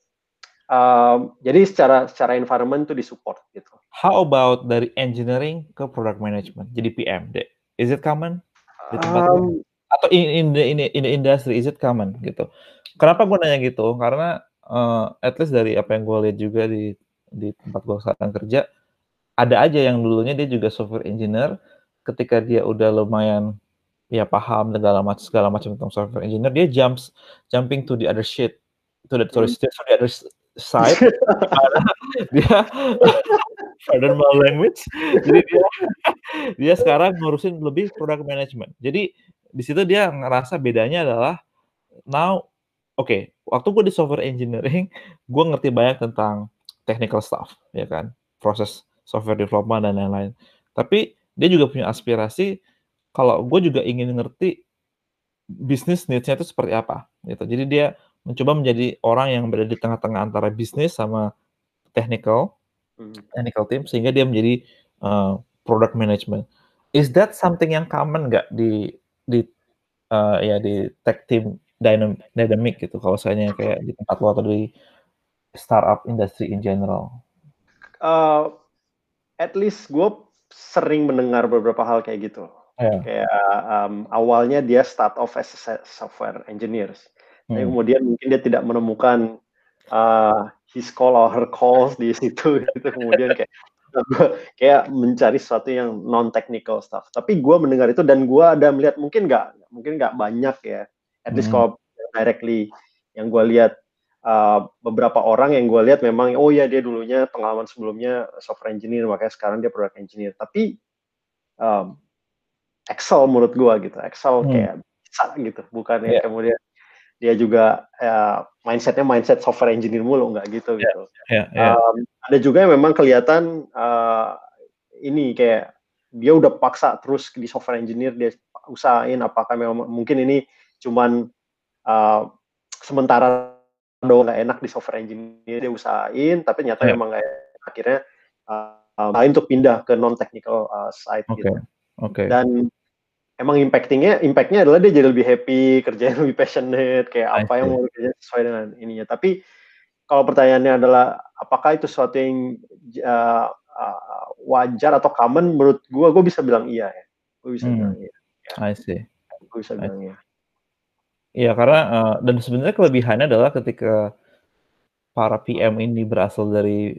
Jadi secara environment itu disupport gitu. How about dari engineering ke product management, jadi PM, deh? Is it common di tempat lu? Atau in the industry, is it common gitu? Kenapa gue nanya gitu? Karena at least dari apa yang gue lihat juga di tempat gue sekarang kerja, ada aja yang dulunya dia juga software engineer, ketika dia udah lumayan ya paham segala macam tentang software engineer, dia jumping to the other shit, to the other side, dimana dia pardon my language, jadi dia sekarang ngurusin lebih product management. Jadi di situ dia ngerasa bedanya adalah now, waktu gue di software engineering, gue ngerti banyak tentang technical stuff, ya kan, proses software development dan lain-lain. Tapi dia juga punya aspirasi kalau gue juga ingin ngerti bisnis needs-nya itu seperti apa, gitu. Jadi dia mencoba menjadi orang yang berada di tengah-tengah antara bisnis sama technical team, sehingga dia menjadi product management. Is that something yang common nggak di tech team dynamic gitu kalau misalnya kayak di tempat lo atau di startup industry in general? At least gue sering mendengar beberapa hal kayak gitu. Ya. Kayak awalnya dia start off as a software engineers, tapi kemudian mungkin dia tidak menemukan his call or her calls di situ gitu. Kemudian kayak mencari sesuatu yang non technical stuff. Tapi gue mendengar itu dan gue ada melihat mungkin nggak banyak ya. At least kalau directly yang gue lihat beberapa orang yang gue lihat memang oh ya dia dulunya pengalaman sebelumnya software engineer makanya sekarang dia product engineer. Tapi Excel menurut gue gitu. Excel kayak bisa gitu. Bukan yang kemudian dia juga mindset software engineer mulu nggak gitu gitu. Ada juga yang memang kelihatan ini kayak dia udah paksa terus di software engineer dia usahain apakah memang mungkin ini cuman sementara doang nggak enak di software engineer dia usahain tapi ternyata memang nggak akhirnya lain untuk pindah ke non technical side gitu. Dan emang impactnya adalah dia jadi lebih happy, kerjanya lebih passionate, kayak apa yang mau dikerjain sesuai dengan ininya. Tapi kalau pertanyaannya adalah apakah itu sesuatu yang wajar atau common, menurut gue bisa bilang iya ya. Gue bisa bilang iya. I see. Gue bisa bilang iya. Iya, karena dan sebenarnya kelebihannya adalah ketika para PM ini berasal dari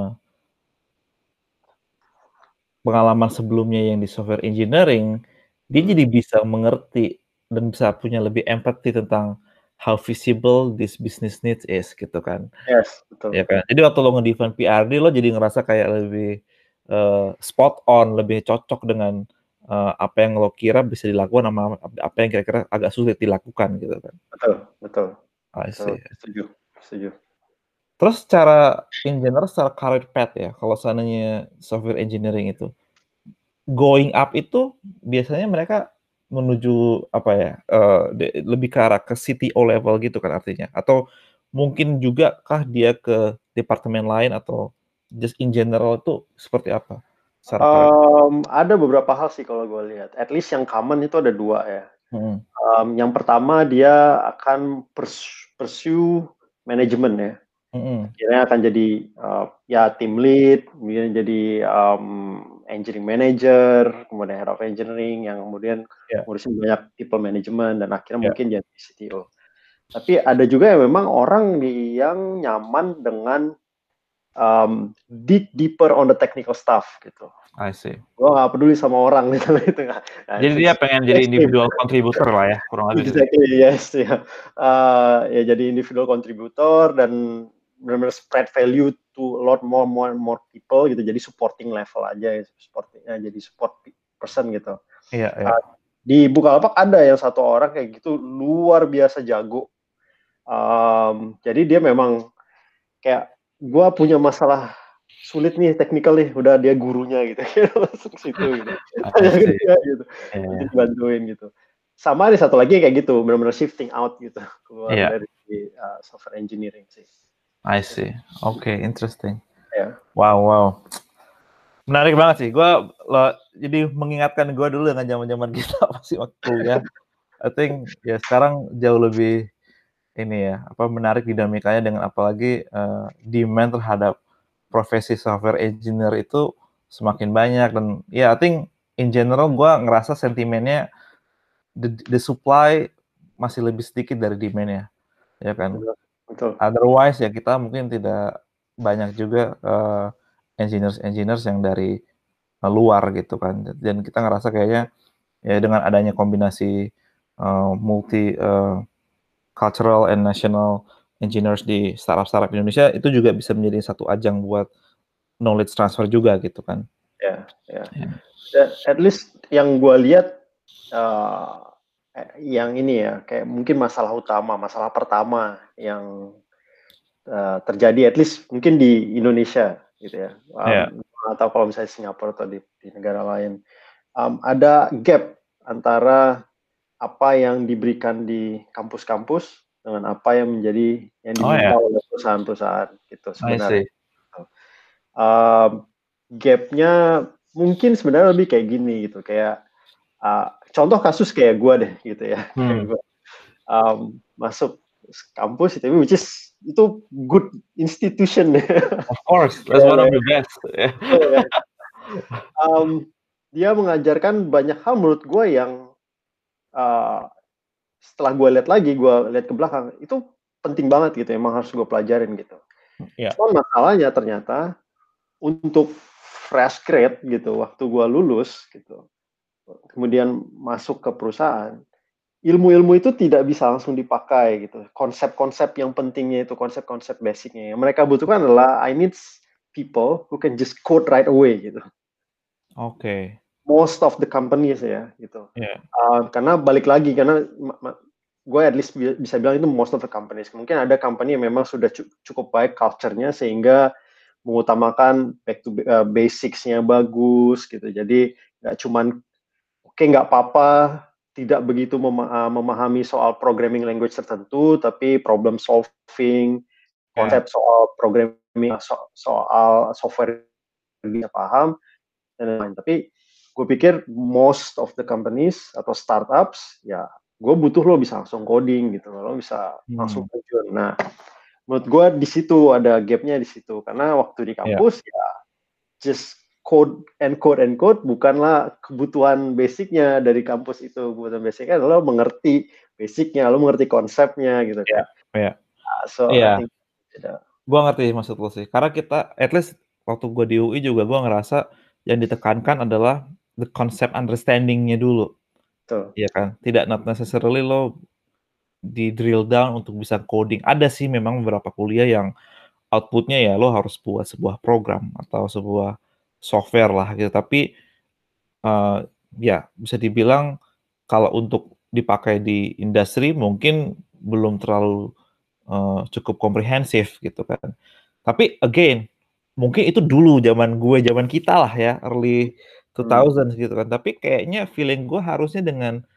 pengalaman sebelumnya yang di software engineering, dia jadi bisa mengerti dan bisa punya lebih empathy tentang how visible this business needs is gitu kan. Yes, betul. Ya kan. Jadi waktu lo nge-define PRD lo jadi ngerasa kayak lebih spot on, lebih cocok dengan apa yang lo kira bisa dilakukan sama apa yang kira-kira agak sulit dilakukan gitu kan. Betul. I see. Setuju. Terus secara in general secara career path ya, kalau seandainya software engineering itu going up itu biasanya mereka menuju apa ya, lebih ke arah ke CTO level gitu kan artinya? Atau mungkin juga kah dia ke departemen lain atau just in general itu seperti apa secara karir? Ada beberapa hal sih kalau gue lihat. At least yang common itu ada dua ya. Yang pertama dia akan pursue manajemen ya. Akhirnya akan jadi ya team lead, kemudian jadi engineering manager, kemudian head of engineering yang kemudian ngurusin banyak people management dan akhirnya mungkin jadi CTO. Tapi ada juga yang memang orang yang nyaman dengan dig deeper on the technical stuff gitu. I see. Gue nggak peduli sama orang gitu. Jadi dia pengen jadi individual contributor lah ya, kurang lebih. Exactly, yes ya. Ya jadi individual contributor dan benar-benar spread value to a lot more people gitu. Jadi supporting level aja, jadi support person gitu. Iya. Di Bukalapak ada yang satu orang kayak gitu luar biasa jago. Jadi dia memang kayak gue punya masalah sulit nih technical nih, udah dia gurunya gitu, langsung situ gitu, gitu, nanti bantuin gitu. Sama ada satu lagi kayak gitu, benar-benar shifting out gitu, keluar dari software engineering sih. I see. Oke, interesting. Wow. Menarik banget sih. Jadi mengingatkan gue dulu dengan zaman-zaman kita masih waktu kuliah. I think ya sekarang jauh lebih ini ya, menarik dinamikanya dengan apalagi demand terhadap profesi software engineer itu semakin banyak dan ya I think in general gue ngerasa sentimennya the supply masih lebih sedikit dari demand-nya, ya kan? Betul. Otherwise ya kita mungkin tidak banyak juga engineers yang dari luar gitu kan. Dan kita ngerasa kayaknya ya dengan adanya kombinasi multi cultural and national engineers di startup Indonesia itu juga bisa menjadi satu ajang buat knowledge transfer juga gitu kan. Ya. At least yang gue lihat yang ini ya kayak mungkin masalah pertama yang terjadi at least mungkin di Indonesia gitu ya. Atau kalau misalnya Singapura atau di negara lain ada gap antara apa yang diberikan di kampus-kampus dengan apa yang menjadi yang diminta oleh perusahaan-perusahaan gitu sebenarnya. Gapnya mungkin sebenarnya lebih kayak gini gitu, kayak contoh kasus kayak gue deh gitu ya. masuk kampus ITB, which is itu good institution. Of course, that's one of the best. Dia mengajarkan banyak hal menurut gue yang setelah gue lihat ke belakang, itu penting banget gitu, emang harus gue pelajarin gitu. Cuman masalahnya ternyata untuk fresh grade gitu, waktu gue lulus gitu, kemudian masuk ke perusahaan, ilmu-ilmu itu tidak bisa langsung dipakai gitu. Konsep-konsep yang pentingnya itu konsep-konsep basicnya. Yang mereka butuhkan adalah I need people who can just code right away gitu. Oke. Most of the companies ya gitu. Yeah. Karena balik lagi, karena gue at least bisa bilang itu most of the companies. Mungkin ada company yang memang sudah cukup baik culture-nya sehingga mengutamakan back to basics-nya bagus gitu. Jadi nggak cuman nggak apa-apa tidak begitu memahami soal programming language tertentu, tapi problem solving, konsep soal programming, soal software dia paham dan lain-lain. Tapi gue pikir most of the companies atau startups ya gue butuh lo bisa langsung coding gitu, lo bisa langsung terjun. Nah, menurut gue di situ ada gapnya di situ, karena waktu di kampus ya just code and code bukanlah kebutuhan basicnya dari kampus itu. Kebutuhan basicnya adalah lo mengerti basicnya, lo mengerti konsepnya gitu kan. I think gue ngerti maksud lo sih, karena kita at least waktu gue di UI juga gue ngerasa yang ditekankan adalah the concept understanding-nya dulu. Iya kan, tidak not necessarily lo di drill down untuk bisa coding. Ada sih memang beberapa kuliah yang outputnya ya lo harus buat sebuah program atau sebuah software lah gitu. Tapi ya bisa dibilang kalau untuk dipakai di industri mungkin belum terlalu cukup komprehensif gitu kan. Tapi again, mungkin itu dulu zaman kita lah ya, early 2000s gitu kan. Tapi kayaknya feeling gue harusnya dengan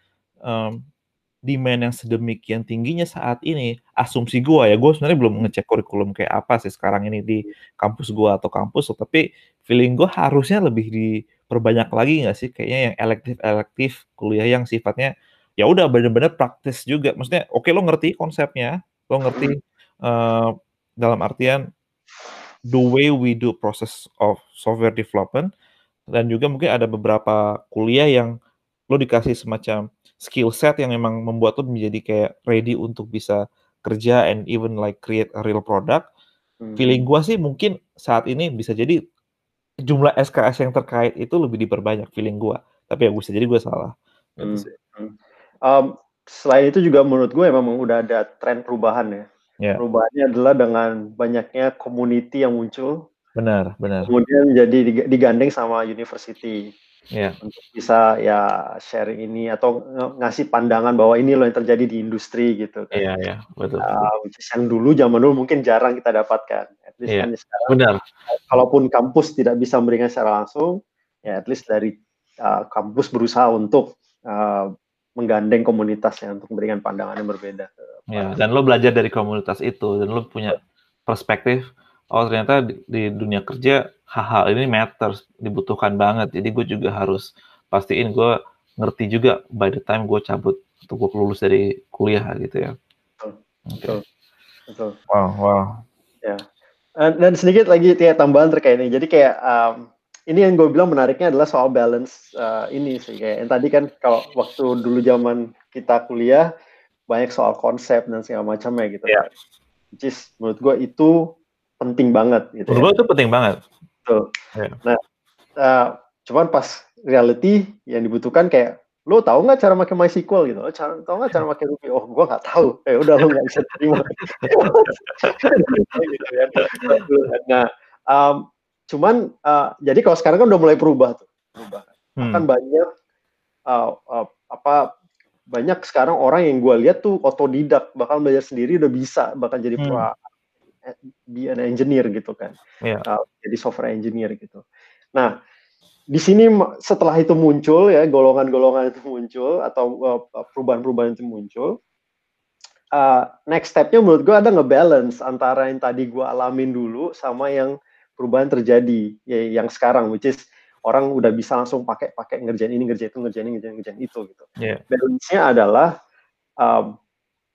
demand yang sedemikian tingginya saat ini, asumsi gue sebenarnya belum ngecek kurikulum kayak apa sih sekarang ini di kampus gue atau kampus, tapi feeling gue harusnya lebih diperbanyak lagi nggak sih kayaknya yang elektif kuliah yang sifatnya ya udah bener-bener praktis juga. Maksudnya oke, lo ngerti konsepnya, lo ngerti dalam artian the way we do process of software development, dan juga mungkin ada beberapa kuliah yang lo dikasih semacam skill set yang memang membuat lo menjadi kayak ready untuk bisa kerja and even like create a real product. Feeling gua sih mungkin saat ini bisa jadi jumlah SKS yang terkait itu lebih diperbanyak feeling gua. Tapi ya bisa jadi gua salah. Gitu sih. Selain itu juga menurut gue memang udah ada tren perubahan ya. Perubahannya adalah dengan banyaknya community yang muncul. Benar. Kemudian jadi digandeng sama university. Untuk bisa ya sharing ini atau ngasih pandangan bahwa ini loh yang terjadi di industri gitu kan. Iya, betul. Yang zaman dulu mungkin jarang kita dapatkan. At least kan sekarang, benar. Kalaupun kampus tidak bisa memberikan secara langsung, ya at least dari kampus berusaha untuk menggandeng komunitasnya untuk memberikan pandangan yang berbeda. Dan lo belajar dari komunitas itu dan lo punya perspektif. Oh ternyata di dunia kerja hal-hal ini matters, dibutuhkan banget. Jadi gue juga harus pastiin gue ngerti juga by the time gue cabut atau gue lulus dari kuliah gitu ya. Betul. Wow. Ya. Dan sedikit lagi tambahan terkait ini. Jadi kayak ini yang gue bilang menariknya adalah soal balance ini sih. Kayak yang tadi kan kalau waktu dulu zaman kita kuliah banyak soal konsep dan segala macamnya gitu. Which is menurut gue itu penting banget gitu. Menurut gue itu penting banget. Betul. Nah, cuman pas reality yang dibutuhkan kayak lo tahu nggak cara pakai MySQL gitu? Tahu nggak cara pakai Ruby? Oh, gue nggak tahu. Udah lo nggak bisa terima. Gitu kan. Nah, cuman jadi kalau sekarang kan udah mulai berubah tuh. Akan banyak banyak sekarang orang yang gue lihat tuh otodidak, bakal belajar sendiri udah bisa, bahkan jadi be an engineer gitu kan, jadi software engineer gitu. Nah, di sini setelah itu muncul ya golongan-golongan itu muncul atau perubahan-perubahan itu muncul, next stepnya menurut gue ada ngebalance antara yang tadi gue alamin dulu sama yang perubahan terjadi ya, yang sekarang, which is orang udah bisa langsung pakai ngerjain ini, ngerjain itu gitu. Balance-nya adalah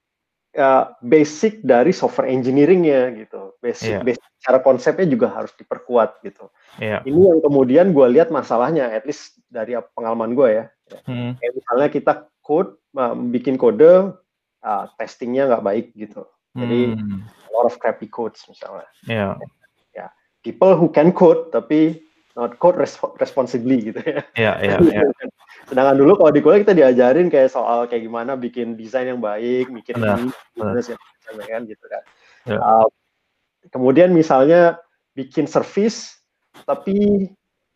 basic dari software engineering-nya gitu. Basic cara konsepnya juga harus diperkuat gitu. Ini yang kemudian gue lihat masalahnya, at least dari pengalaman gue ya. Kayak misalnya kita bikin kode, testingnya nggak baik gitu. Jadi a lot of crappy codes misalnya. Ya, people who can code tapi not code responsibly gitu ya. Sedangkan dulu kalau di kuliah kita diajarin kayak soal kayak gimana bikin desain yang baik, mikirin ini, kan gitu kan. Kemudian misalnya bikin service tapi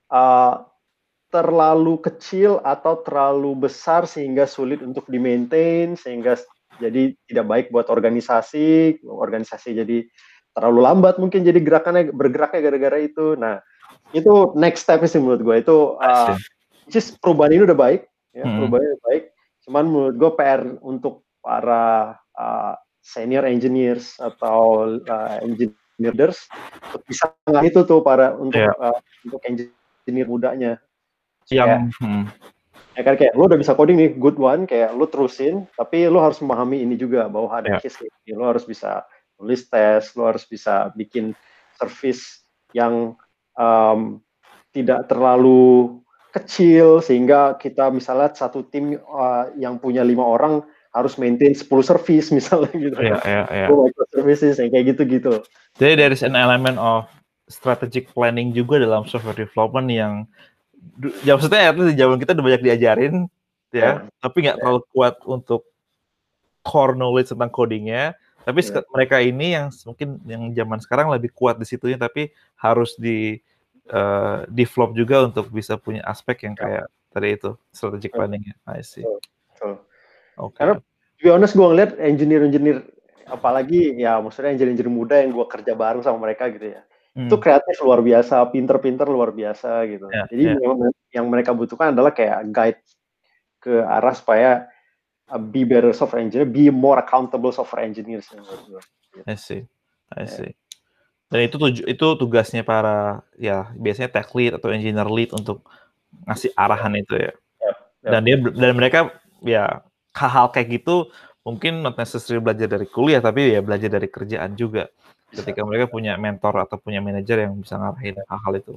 terlalu kecil atau terlalu besar sehingga sulit untuk di-maintain, sehingga jadi tidak baik buat organisasi jadi terlalu lambat mungkin jadi bergeraknya gara-gara itu. Nah, itu next step sih menurut gue itu perubahan ini udah baik ya, perubahannya udah baik. Cuman menurut gue PR untuk para senior engineers atau engineers untuk bisa itu tuh untuk engineer mudanya. Ya kan kayak lu udah bisa coding nih, good one, kayak lu terusin, tapi lu harus memahami ini juga bahwa ada case kayak gini. Lu harus bisa tulis tes, lu harus bisa bikin service yang tidak terlalu kecil sehingga kita misalnya satu tim yang punya 5 orang harus maintain 10 service misalnya gitu. Microservices yang kayak gitu-gitu. Jadi there is an element of strategic planning juga dalam software development yang maksudnya di zaman kita udah banyak diajarin ya, tapi nggak terlalu kuat untuk core knowledge tentang codingnya. Tapi mereka ini yang mungkin yang zaman sekarang lebih kuat di situnya, tapi harus develop juga untuk bisa punya aspek yang kayak tadi itu strategic planningnya. I see. Karena to be honest gue ngeliat engineer apalagi ya maksudnya engineer muda yang gue kerja bareng sama mereka gitu ya. Itu kreatif luar biasa, pinter-pinter luar biasa gitu. Jadi yang mereka butuhkan adalah kayak guide ke arah supaya be better software engineer, be more accountable software engineers. I see. Dan itu tugasnya para ya biasanya tech lead atau engineer lead untuk ngasih arahan itu ya. Dan mereka ya hal-hal kayak gitu mungkin not necessarily belajar dari kuliah, tapi ya belajar dari kerjaan juga. Ketika mereka punya mentor atau punya manajer yang bisa ngarahin hal-hal itu.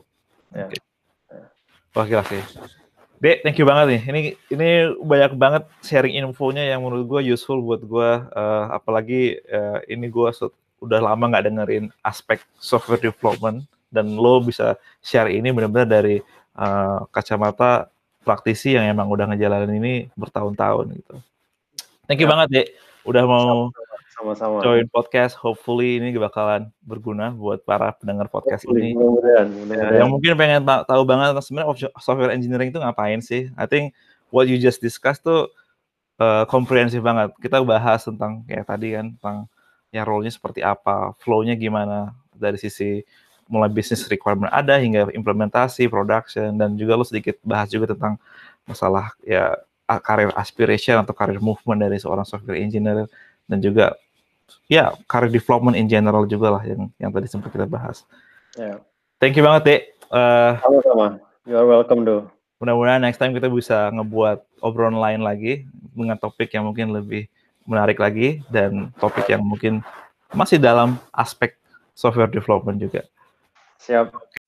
Wah gila sih. Dek, thank you banget nih. Ini banyak banget sharing infonya yang menurut gue useful buat gue. Apalagi ini gue udah lama nggak dengerin aspek software development dan lo bisa share ini benar-benar dari kacamata praktisi yang emang udah ngejalanin ini bertahun-tahun gitu. Thank you banget, Dek. Udah mau sama-sama join podcast. Hopefully ini bakalan berguna buat para pendengar podcast ini. Mudah-mudahan. Yang mungkin pengen tahu banget sebenarnya software engineering itu ngapain sih? I think what you just discussed tuh komprehensif banget. Kita bahas tentang kayak tadi kan, tentang ya role-nya seperti apa, flow-nya gimana dari sisi mulai business requirement ada hingga implementasi, production, dan juga lo sedikit bahas juga tentang masalah ya karir aspiration atau karir movement dari seorang software engineer, dan juga ya karir development in general juga lah yang tadi sempat kita bahas. Thank you banget, Dek. Sama-sama. You are welcome, Do. Mudah-mudahan next time kita bisa ngebuat obrolan lain lagi dengan topik yang mungkin lebih menarik lagi dan topik yang mungkin masih dalam aspek software development juga. Siap.